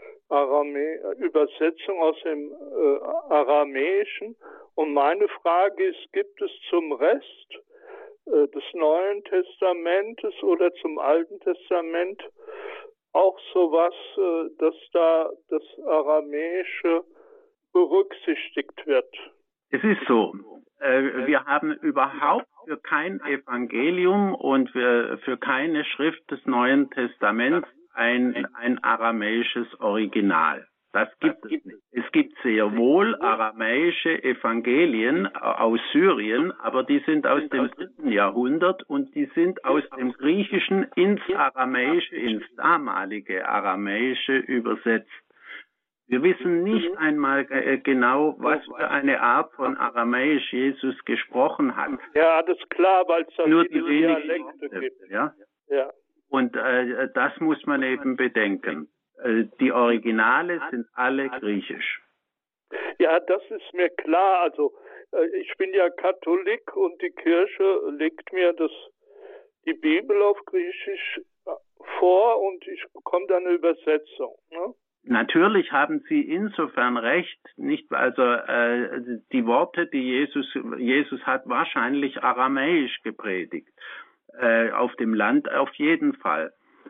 Übersetzung aus dem Aramäischen. Und meine Frage ist, gibt es zum Rest des Neuen Testamentes oder zum Alten Testament auch sowas, dass da das Aramäische berücksichtigt wird? Es ist so, wir haben überhaupt für kein Evangelium und für keine Schrift des Neuen Testaments ein aramäisches Original. Das gibt es nicht. Es gibt sehr wohl aramäische Evangelien aus Syrien, aber die sind aus dem 3. Jahrhundert und die sind aus dem Griechischen ins Aramäische, ins damalige Aramäische übersetzt. Wir wissen nicht einmal genau, was für eine Art von Aramäisch Jesus gesprochen hat. Ja, das ist klar, weil es da nur viele die Dialekte gibt. Ja? Ja. Und das muss man eben bedenken. Die Originale sind alle griechisch. Ja, das ist mir klar. Also ich bin ja Katholik und die Kirche legt mir die Bibel auf Griechisch vor und ich bekomme dann eine Übersetzung. Ne? Natürlich haben Sie insofern recht, nicht? Also die Worte, die Jesus hat wahrscheinlich aramäisch gepredigt, auf dem Land auf jeden Fall.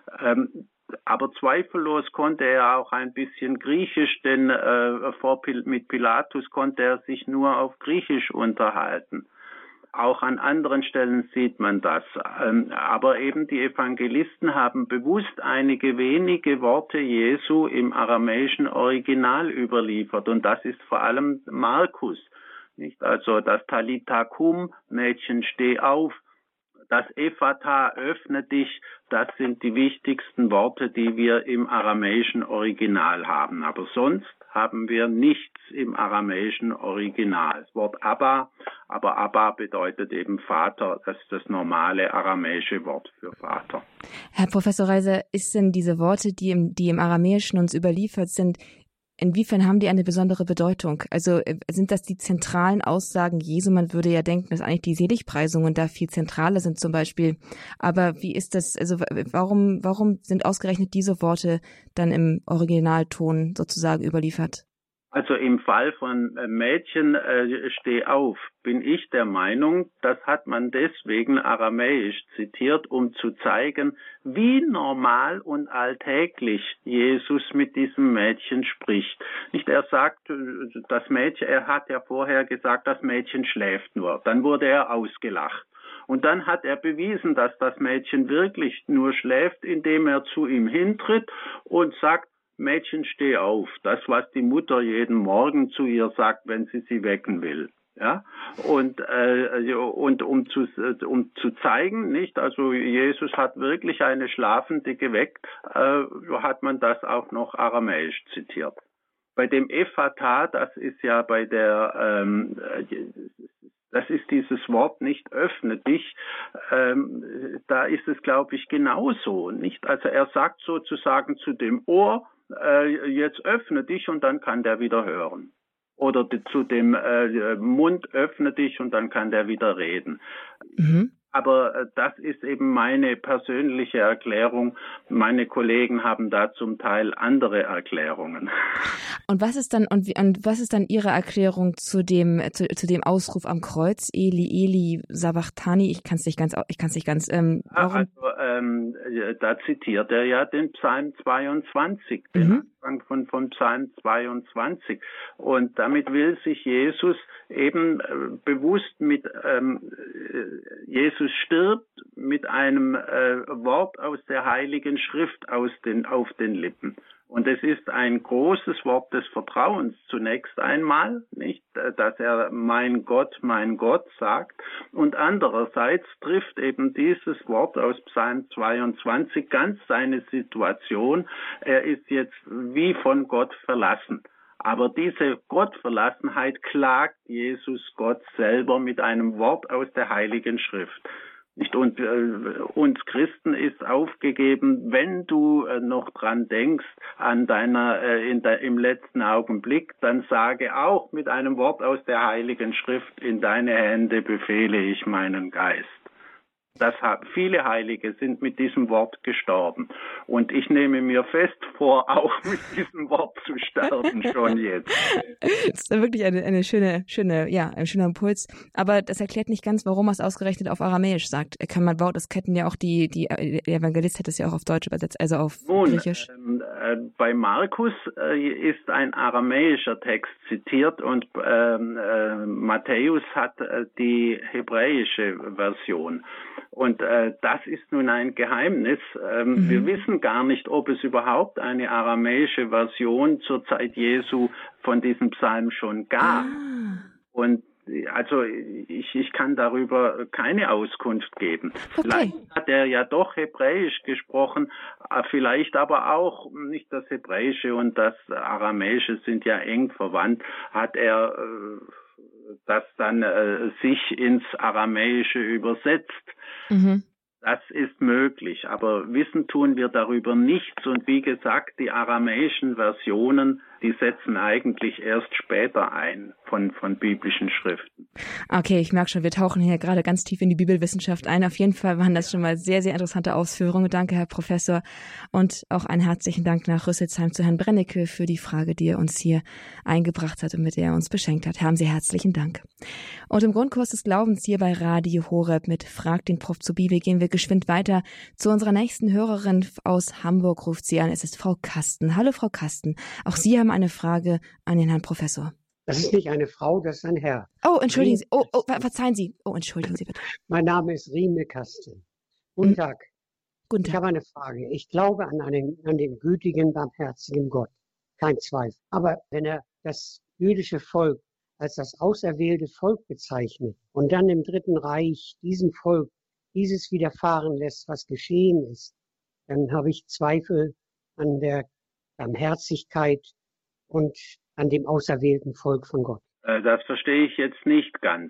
Aber zweifellos konnte er auch ein bisschen Griechisch, denn mit Pilatus konnte er sich nur auf Griechisch unterhalten. Auch an anderen Stellen sieht man das. Aber eben die Evangelisten haben bewusst einige wenige Worte Jesu im aramäischen Original überliefert. Und das ist vor allem Markus. Nicht? Also das Talitha cum, Mädchen, steh auf. Das Ephata, öffne dich, das sind die wichtigsten Worte, die wir im aramäischen Original haben. Aber sonst haben wir nichts im aramäischen Original. Das Wort Abba, aber Abba bedeutet eben Vater, das ist das normale aramäische Wort für Vater. Herr Professor Reiser, ist denn diese Worte, die im Aramäischen uns überliefert sind, Inwiefern haben die eine besondere Bedeutung? Also sind das die zentralen Aussagen Jesu? Man würde ja denken, dass eigentlich die Seligpreisungen da viel zentraler sind zum Beispiel. Aber wie ist das, also warum sind ausgerechnet diese Worte dann im Originalton sozusagen überliefert? Also im Fall von Mädchen, steh auf, bin ich der Meinung, das hat man deswegen aramäisch zitiert, um zu zeigen, wie normal und alltäglich Jesus mit diesem Mädchen spricht. Nicht, er sagt, das Mädchen, er hat ja vorher gesagt, das Mädchen schläft nur. Dann wurde er ausgelacht. Und dann hat er bewiesen, dass das Mädchen wirklich nur schläft, indem er zu ihm hintritt und sagt, Mädchen, steh auf. Das, was die Mutter jeden Morgen zu ihr sagt, wenn sie wecken will. Ja, und um zu zeigen, nicht, also Jesus hat wirklich eine Schlafende geweckt, hat man das auch noch aramäisch zitiert. Bei dem Ephata, das ist ja bei der, das ist dieses Wort, nicht öffne dich, da ist es, glaube ich, genauso, nicht? Also er sagt sozusagen zu dem Ohr, jetzt öffne dich und dann kann der wieder hören. Oder zu dem Mund öffne dich und dann kann der wieder reden. Mhm. Aber das ist eben meine persönliche Erklärung. Meine Kollegen haben da zum Teil andere Erklärungen. Und was ist dann Ihre Erklärung zu dem Ausruf am Kreuz? Eli, Eli, Sabachthani. Ich kann es nicht ganz. Warum? Also da zitiert er ja den Psalm 22, den Anfang von Psalm 22. Und damit will sich Jesus eben bewusst mit Jesus stirbt mit einem Wort aus der Heiligen Schrift auf den Lippen. Und es ist ein großes Wort des Vertrauens zunächst einmal, nicht, dass er mein Gott sagt. Und andererseits trifft eben dieses Wort aus Psalm 22 ganz seine Situation. Er ist jetzt wie von Gott verlassen. Aber diese Gottverlassenheit klagt Jesus Gott selber mit einem Wort aus der Heiligen Schrift. Nicht? Und uns Christen ist aufgegeben, wenn du noch dran denkst an im letzten Augenblick, dann sage auch mit einem Wort aus der Heiligen Schrift, in deine Hände befehle ich meinen Geist. Viele Heilige sind mit diesem Wort gestorben. Und ich nehme mir fest vor, auch mit diesem Wort zu sterben, schon jetzt. Das ist wirklich ein schöner Impuls. Aber das erklärt nicht ganz, warum er es ausgerechnet auf Aramäisch sagt. Das hätten ja auch die Evangelist hätte es ja auch auf Deutsch übersetzt, also auf Griechisch. Bei Markus ist ein aramäischer Text zitiert und Matthäus hat die hebräische Version. Und das ist nun ein Geheimnis. Wir wissen gar nicht, ob es überhaupt eine aramäische Version zur Zeit Jesu von diesem Psalm schon gab. Und also ich kann darüber keine Auskunft geben. Okay. Vielleicht hat er ja doch Hebräisch gesprochen, vielleicht aber auch nicht das Hebräische und das Aramäische sind ja eng verwandt, hat er das dann sich ins Aramäische übersetzt. Mhm. Das ist möglich, aber wissen tun wir darüber nichts. Und wie gesagt, die aramäischen Versionen, die setzen eigentlich erst später ein von biblischen Schriften. Okay, ich merke schon, wir tauchen hier gerade ganz tief in die Bibelwissenschaft ein. Auf jeden Fall waren das schon mal sehr, sehr interessante Ausführungen. Danke, Herr Professor. Und auch einen herzlichen Dank nach Rüsselsheim zu Herrn Brennecke für die Frage, die er uns hier eingebracht hat und mit der er uns beschenkt hat. Haben Sie herzlichen Dank. Und im Grundkurs des Glaubens hier bei Radio Horeb mit Frag den Prof zur Bibel gehen wir geschwind weiter zu unserer nächsten Hörerin aus Hamburg. Ruft sie an. Es ist Frau Kasten. Hallo, Frau Kasten. Auch Sie haben eine Frage an den Herrn Professor. Das ist nicht eine Frau, das ist ein Herr. Oh, entschuldigen Sie. Oh, verzeihen Sie. Oh, entschuldigen Sie bitte. Mein Name ist Rieme Kasten. Guten Tag. Guten Tag. Ich habe eine Frage. Ich glaube an den gütigen, barmherzigen Gott. Kein Zweifel. Aber wenn er das jüdische Volk als das auserwählte Volk bezeichnet und dann im Dritten Reich diesem Volk dieses widerfahren lässt, was geschehen ist, dann habe ich Zweifel an der Barmherzigkeit und an dem auserwählten Volk von Gott. Das verstehe ich jetzt nicht ganz,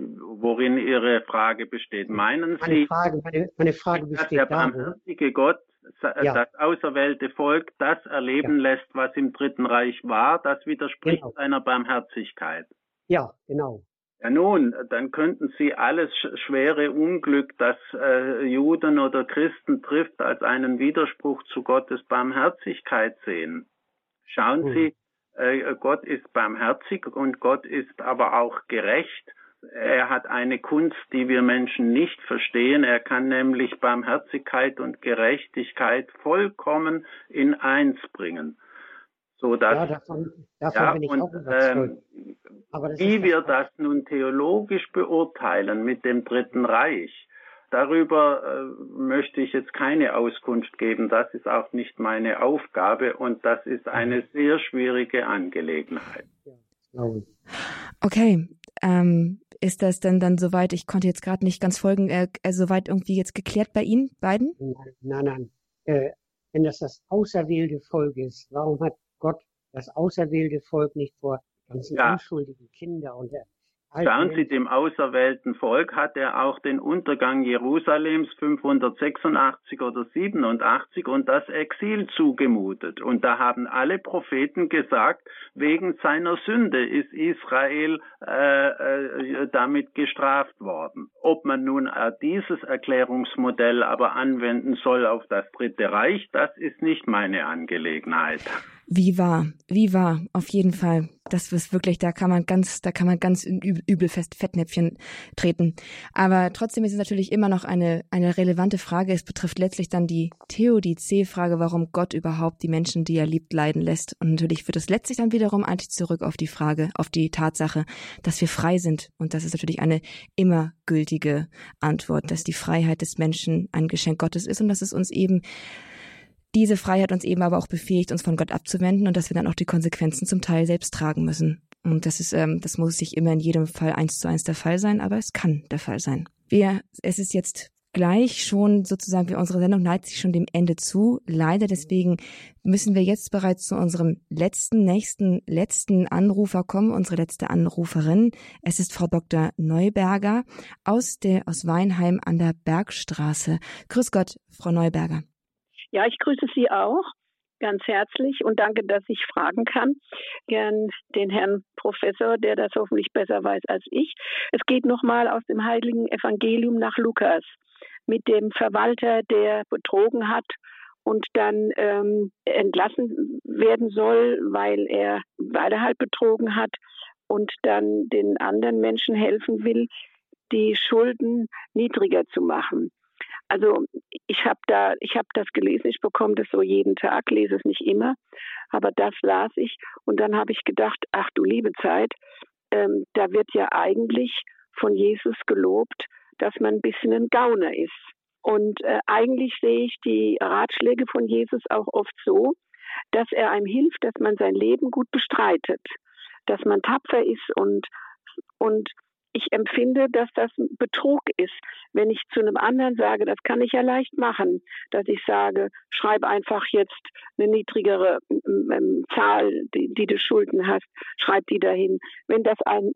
worin Ihre Frage besteht. Meinen Sie, meine Frage besteht dass der barmherzige Gott das auserwählte Volk das erleben lässt, was im Dritten Reich war, das widerspricht seiner Barmherzigkeit. Ja, genau. Ja nun, dann könnten Sie alles schwere Unglück, das Juden oder Christen trifft, als einen Widerspruch zu Gottes Barmherzigkeit sehen. Schauen Sie, Gott ist barmherzig und Gott ist aber auch gerecht. Er hat eine Kunst, die wir Menschen nicht verstehen. Er kann nämlich Barmherzigkeit und Gerechtigkeit vollkommen in eins bringen. Sodass, davon bin ich auch überzeugt. Aber wie wir das nun theologisch beurteilen mit dem Dritten Reich, darüber möchte ich jetzt keine Auskunft geben. Das ist auch nicht meine Aufgabe und das ist eine sehr schwierige Angelegenheit. Okay, ist das denn dann soweit, ich konnte jetzt gerade nicht ganz folgen, soweit irgendwie jetzt geklärt bei Ihnen beiden? Nein. Wenn das auserwählte Volk ist, warum hat Gott das auserwählte Volk nicht vor ganzen unschuldigen Kindern und Schauen Sie, dem auserwählten Volk hat er auch den Untergang Jerusalems 586 oder 87 und das Exil zugemutet. Und da haben alle Propheten gesagt, wegen seiner Sünde ist Israel damit gestraft worden. Ob man nun dieses Erklärungsmodell aber anwenden soll auf das Dritte Reich, das ist nicht meine Angelegenheit. Wie wahr, auf jeden Fall. Das ist wirklich, da kann man ganz übel Fettnäpfchen treten. Aber trotzdem ist es natürlich immer noch eine relevante Frage. Es betrifft letztlich dann die Theodizee-Frage, warum Gott überhaupt die Menschen, die er liebt, leiden lässt. Und natürlich führt es letztlich dann wiederum eigentlich zurück auf die Frage, auf die Tatsache, dass wir frei sind. Und das ist natürlich eine immer gültige Antwort, dass die Freiheit des Menschen ein Geschenk Gottes ist und dass es uns eben diese Freiheit uns eben aber auch befähigt, uns von Gott abzuwenden und dass wir dann auch die Konsequenzen zum Teil selbst tragen müssen. Und das muss nicht immer in jedem Fall 1:1 der Fall sein, aber es kann der Fall sein. Es ist jetzt gleich schon sozusagen, unsere Sendung neigt sich schon dem Ende zu. Leider deswegen müssen wir jetzt bereits zu unserem letzten Anrufer kommen, unsere letzte Anruferin. Es ist Frau Dr. Neuberger aus Weinheim an der Bergstraße. Grüß Gott, Frau Neuberger. Ja, ich grüße Sie auch ganz herzlich und danke, dass ich fragen kann. Gern den Herrn Professor, der das hoffentlich besser weiß als ich. Es geht nochmal aus dem Heiligen Evangelium nach Lukas mit dem Verwalter, der betrogen hat und dann entlassen werden soll, weil er halt betrogen hat und dann den anderen Menschen helfen will, die Schulden niedriger zu machen. Also ich habe das gelesen, ich bekomme das so jeden Tag, lese es nicht immer, aber das las ich und dann habe ich gedacht, ach du liebe Zeit, da wird ja eigentlich von Jesus gelobt, dass man ein bisschen ein Gauner ist. Und eigentlich sehe ich die Ratschläge von Jesus auch oft so, dass er einem hilft, dass man sein Leben gut bestreitet, dass man tapfer ist und ich empfinde, dass das Betrug ist, wenn ich zu einem anderen sage, das kann ich ja leicht machen, dass ich sage, schreib einfach jetzt eine niedrigere Zahl, die du Schulden hast, schreib die dahin. Wenn das ein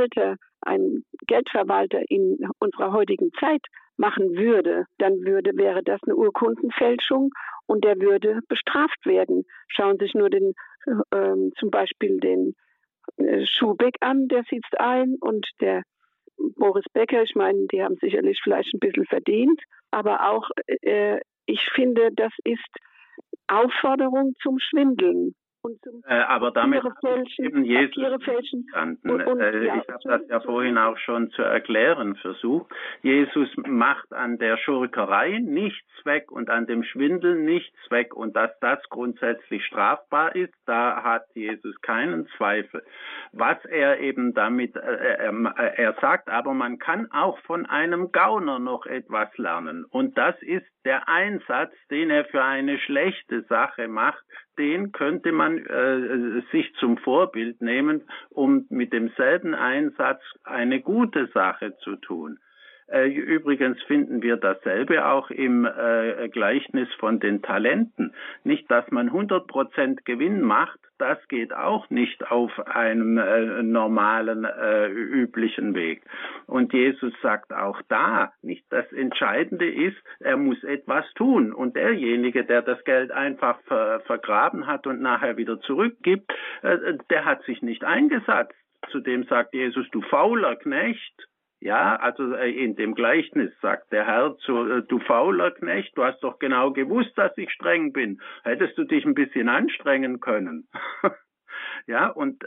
Geldverwalter in unserer heutigen Zeit machen würde, dann wäre das eine Urkundenfälschung und der würde bestraft werden. Schauen Sie sich nur zum Beispiel den Schubeck an, der sitzt ein und der Boris Becker, ich meine, die haben sicherlich vielleicht ein bisschen verdient, aber auch ich finde, das ist Aufforderung zum Schwindeln. Und aber damit habe ich eben Jesus verstanden. Ich habe das ja vorhin auch schon zu erklären versucht. Jesus macht an der Schurkerei nichts weg und an dem Schwindel nichts weg. Und dass das grundsätzlich strafbar ist, da hat Jesus keinen Zweifel. Was er eben damit, er sagt, aber man kann auch von einem Gauner noch etwas lernen. Und das ist der Einsatz, den er für eine schlechte Sache macht, den könnte man sich zum Vorbild nehmen, um mit demselben Einsatz eine gute Sache zu tun. Übrigens finden wir dasselbe auch im Gleichnis von den Talenten. Nicht, dass man 100% Gewinn macht, das geht auch nicht auf einem normalen, üblichen Weg. Und Jesus sagt auch da, nicht, das Entscheidende ist, er muss etwas tun. Und derjenige, der das Geld einfach vergraben hat und nachher wieder zurückgibt, der hat sich nicht eingesetzt. Zudem sagt Jesus, du fauler Knecht. Ja, also in dem Gleichnis sagt der Herr zu, du fauler Knecht, du hast doch genau gewusst, dass ich streng bin. Hättest du dich ein bisschen anstrengen können? Ja, und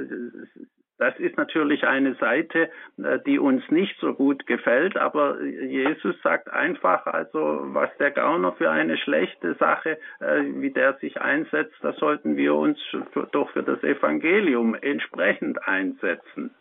das ist natürlich eine Seite, die uns nicht so gut gefällt, aber Jesus sagt einfach, also was der Gauner für eine schlechte Sache, wie der sich einsetzt, da sollten wir uns doch für das Evangelium entsprechend einsetzen.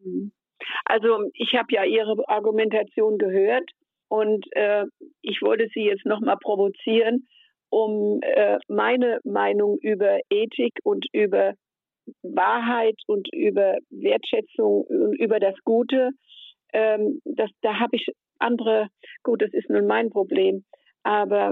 Also ich habe ja Ihre Argumentation gehört und ich wollte Sie jetzt nochmal provozieren, um meine Meinung über Ethik und über Wahrheit und über Wertschätzung und über das Gute, da habe ich andere, gut, das ist nun mein Problem, aber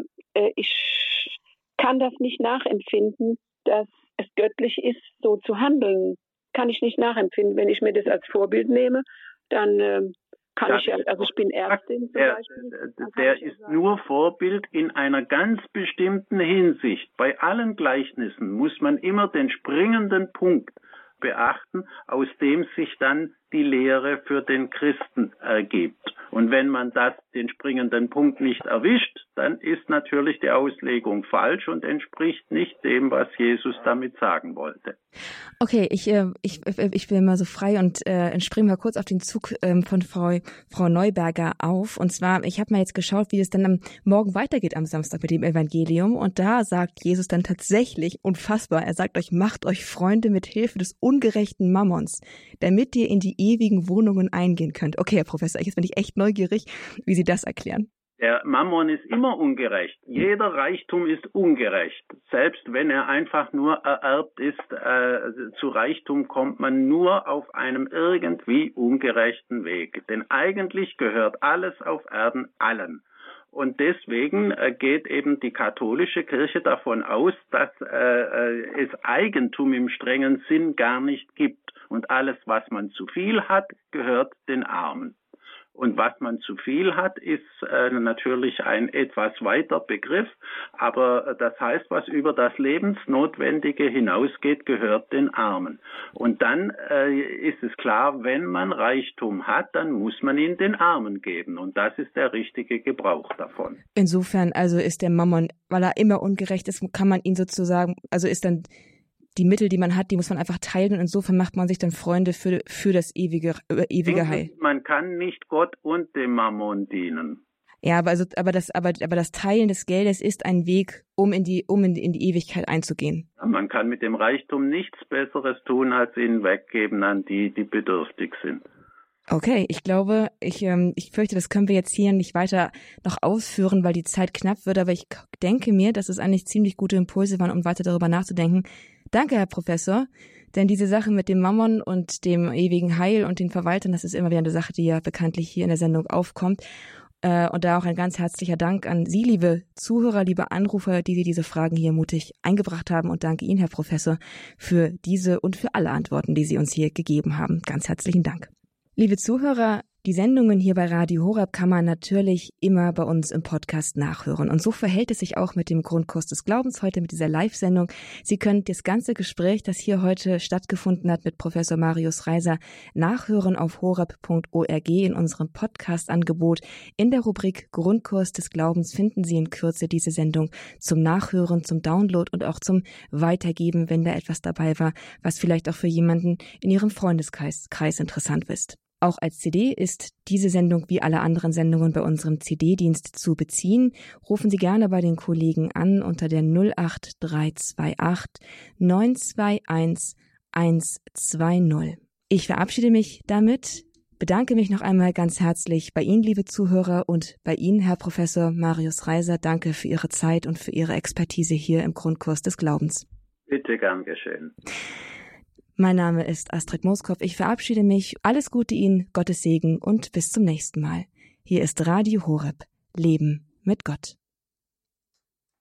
ich kann das nicht nachempfinden, dass es göttlich ist, so zu handeln. Kann ich nicht nachempfinden. Wenn ich mir das als Vorbild nehme, dann kann ich ja, also ich bin Ärztin zum Beispiel. Der ist nur Vorbild in einer ganz bestimmten Hinsicht. Bei allen Gleichnissen muss man immer den springenden Punkt beachten, aus dem sich dann die Lehre für den Christen ergibt. Und wenn man den springenden Punkt nicht erwischt, dann ist natürlich die Auslegung falsch und entspricht nicht dem, was Jesus damit sagen wollte. Okay, ich bin mal so frei und springe mal kurz auf den Zug von Frau Neuberger auf. Und zwar, ich habe mal jetzt geschaut, wie es dann am Morgen weitergeht am Samstag mit dem Evangelium. Und da sagt Jesus dann tatsächlich, unfassbar, er sagt euch, macht euch Freunde mit Hilfe des ungerechten Mammons, damit ihr in die ewigen Wohnungen eingehen könnt. Okay, Herr Professor, jetzt bin ich echt neugierig, wie Sie das erklären. Der Mammon ist immer ungerecht. Jeder Reichtum ist ungerecht. Selbst wenn er einfach nur ererbt ist, zu Reichtum kommt man nur auf einem irgendwie ungerechten Weg. Denn eigentlich gehört alles auf Erden allen. Und deswegen geht eben die katholische Kirche davon aus, dass es Eigentum im strengen Sinn gar nicht gibt. Und alles, was man zu viel hat, gehört den Armen. Und was man zu viel hat, ist natürlich ein etwas weiter Begriff, aber das heißt, was über das Lebensnotwendige hinausgeht, gehört den Armen. Und dann ist es klar, wenn man Reichtum hat, dann muss man ihn den Armen geben. Und das ist der richtige Gebrauch davon. Insofern also ist der Mammon, weil er immer ungerecht ist, kann man ihn sozusagen, also ist dann die Mittel, die man hat, die muss man einfach teilen und insofern macht man sich dann Freunde für das ewige Heil. Man kann nicht Gott und dem Mammon dienen. Ja, aber das Teilen des Geldes ist ein Weg, um in die Ewigkeit einzugehen. Man kann mit dem Reichtum nichts Besseres tun, als ihn weggeben an die bedürftig sind. Okay, ich glaube, ich fürchte, das können wir jetzt hier nicht weiter noch ausführen, weil die Zeit knapp wird, aber ich denke mir, dass es eigentlich ziemlich gute Impulse waren, um weiter darüber nachzudenken. Danke, Herr Professor, denn diese Sache mit dem Mammon und dem ewigen Heil und den Verwaltern, das ist immer wieder eine Sache, die ja bekanntlich hier in der Sendung aufkommt. Und da auch ein ganz herzlicher Dank an Sie, liebe Zuhörer, liebe Anrufer, die Sie diese Fragen hier mutig eingebracht haben. Und danke Ihnen, Herr Professor, für diese und für alle Antworten, die Sie uns hier gegeben haben. Ganz herzlichen Dank. Liebe Zuhörer, die Sendungen hier bei Radio Horeb kann man natürlich immer bei uns im Podcast nachhören. Und so verhält es sich auch mit dem Grundkurs des Glaubens heute, mit dieser Live-Sendung. Sie können das ganze Gespräch, das hier heute stattgefunden hat mit Professor Marius Reiser, nachhören auf horeb.org in unserem Podcast-Angebot. In der Rubrik Grundkurs des Glaubens finden Sie in Kürze diese Sendung zum Nachhören, zum Download und auch zum Weitergeben, wenn da etwas dabei war, was vielleicht auch für jemanden in Ihrem Freundeskreis interessant ist. Auch als CD ist diese Sendung wie alle anderen Sendungen bei unserem CD-Dienst zu beziehen. Rufen Sie gerne bei den Kollegen an unter der 08328 921 120. Ich verabschiede mich damit, bedanke mich noch einmal ganz herzlich bei Ihnen, liebe Zuhörer, und bei Ihnen, Herr Professor Marius Reiser. Danke für Ihre Zeit und für Ihre Expertise hier im Grundkurs des Glaubens. Bitte, gern geschehen. Mein Name ist Astrid Moskopf. Ich verabschiede mich. Alles Gute Ihnen, Gottes Segen und bis zum nächsten Mal. Hier ist Radio Horeb. Leben mit Gott.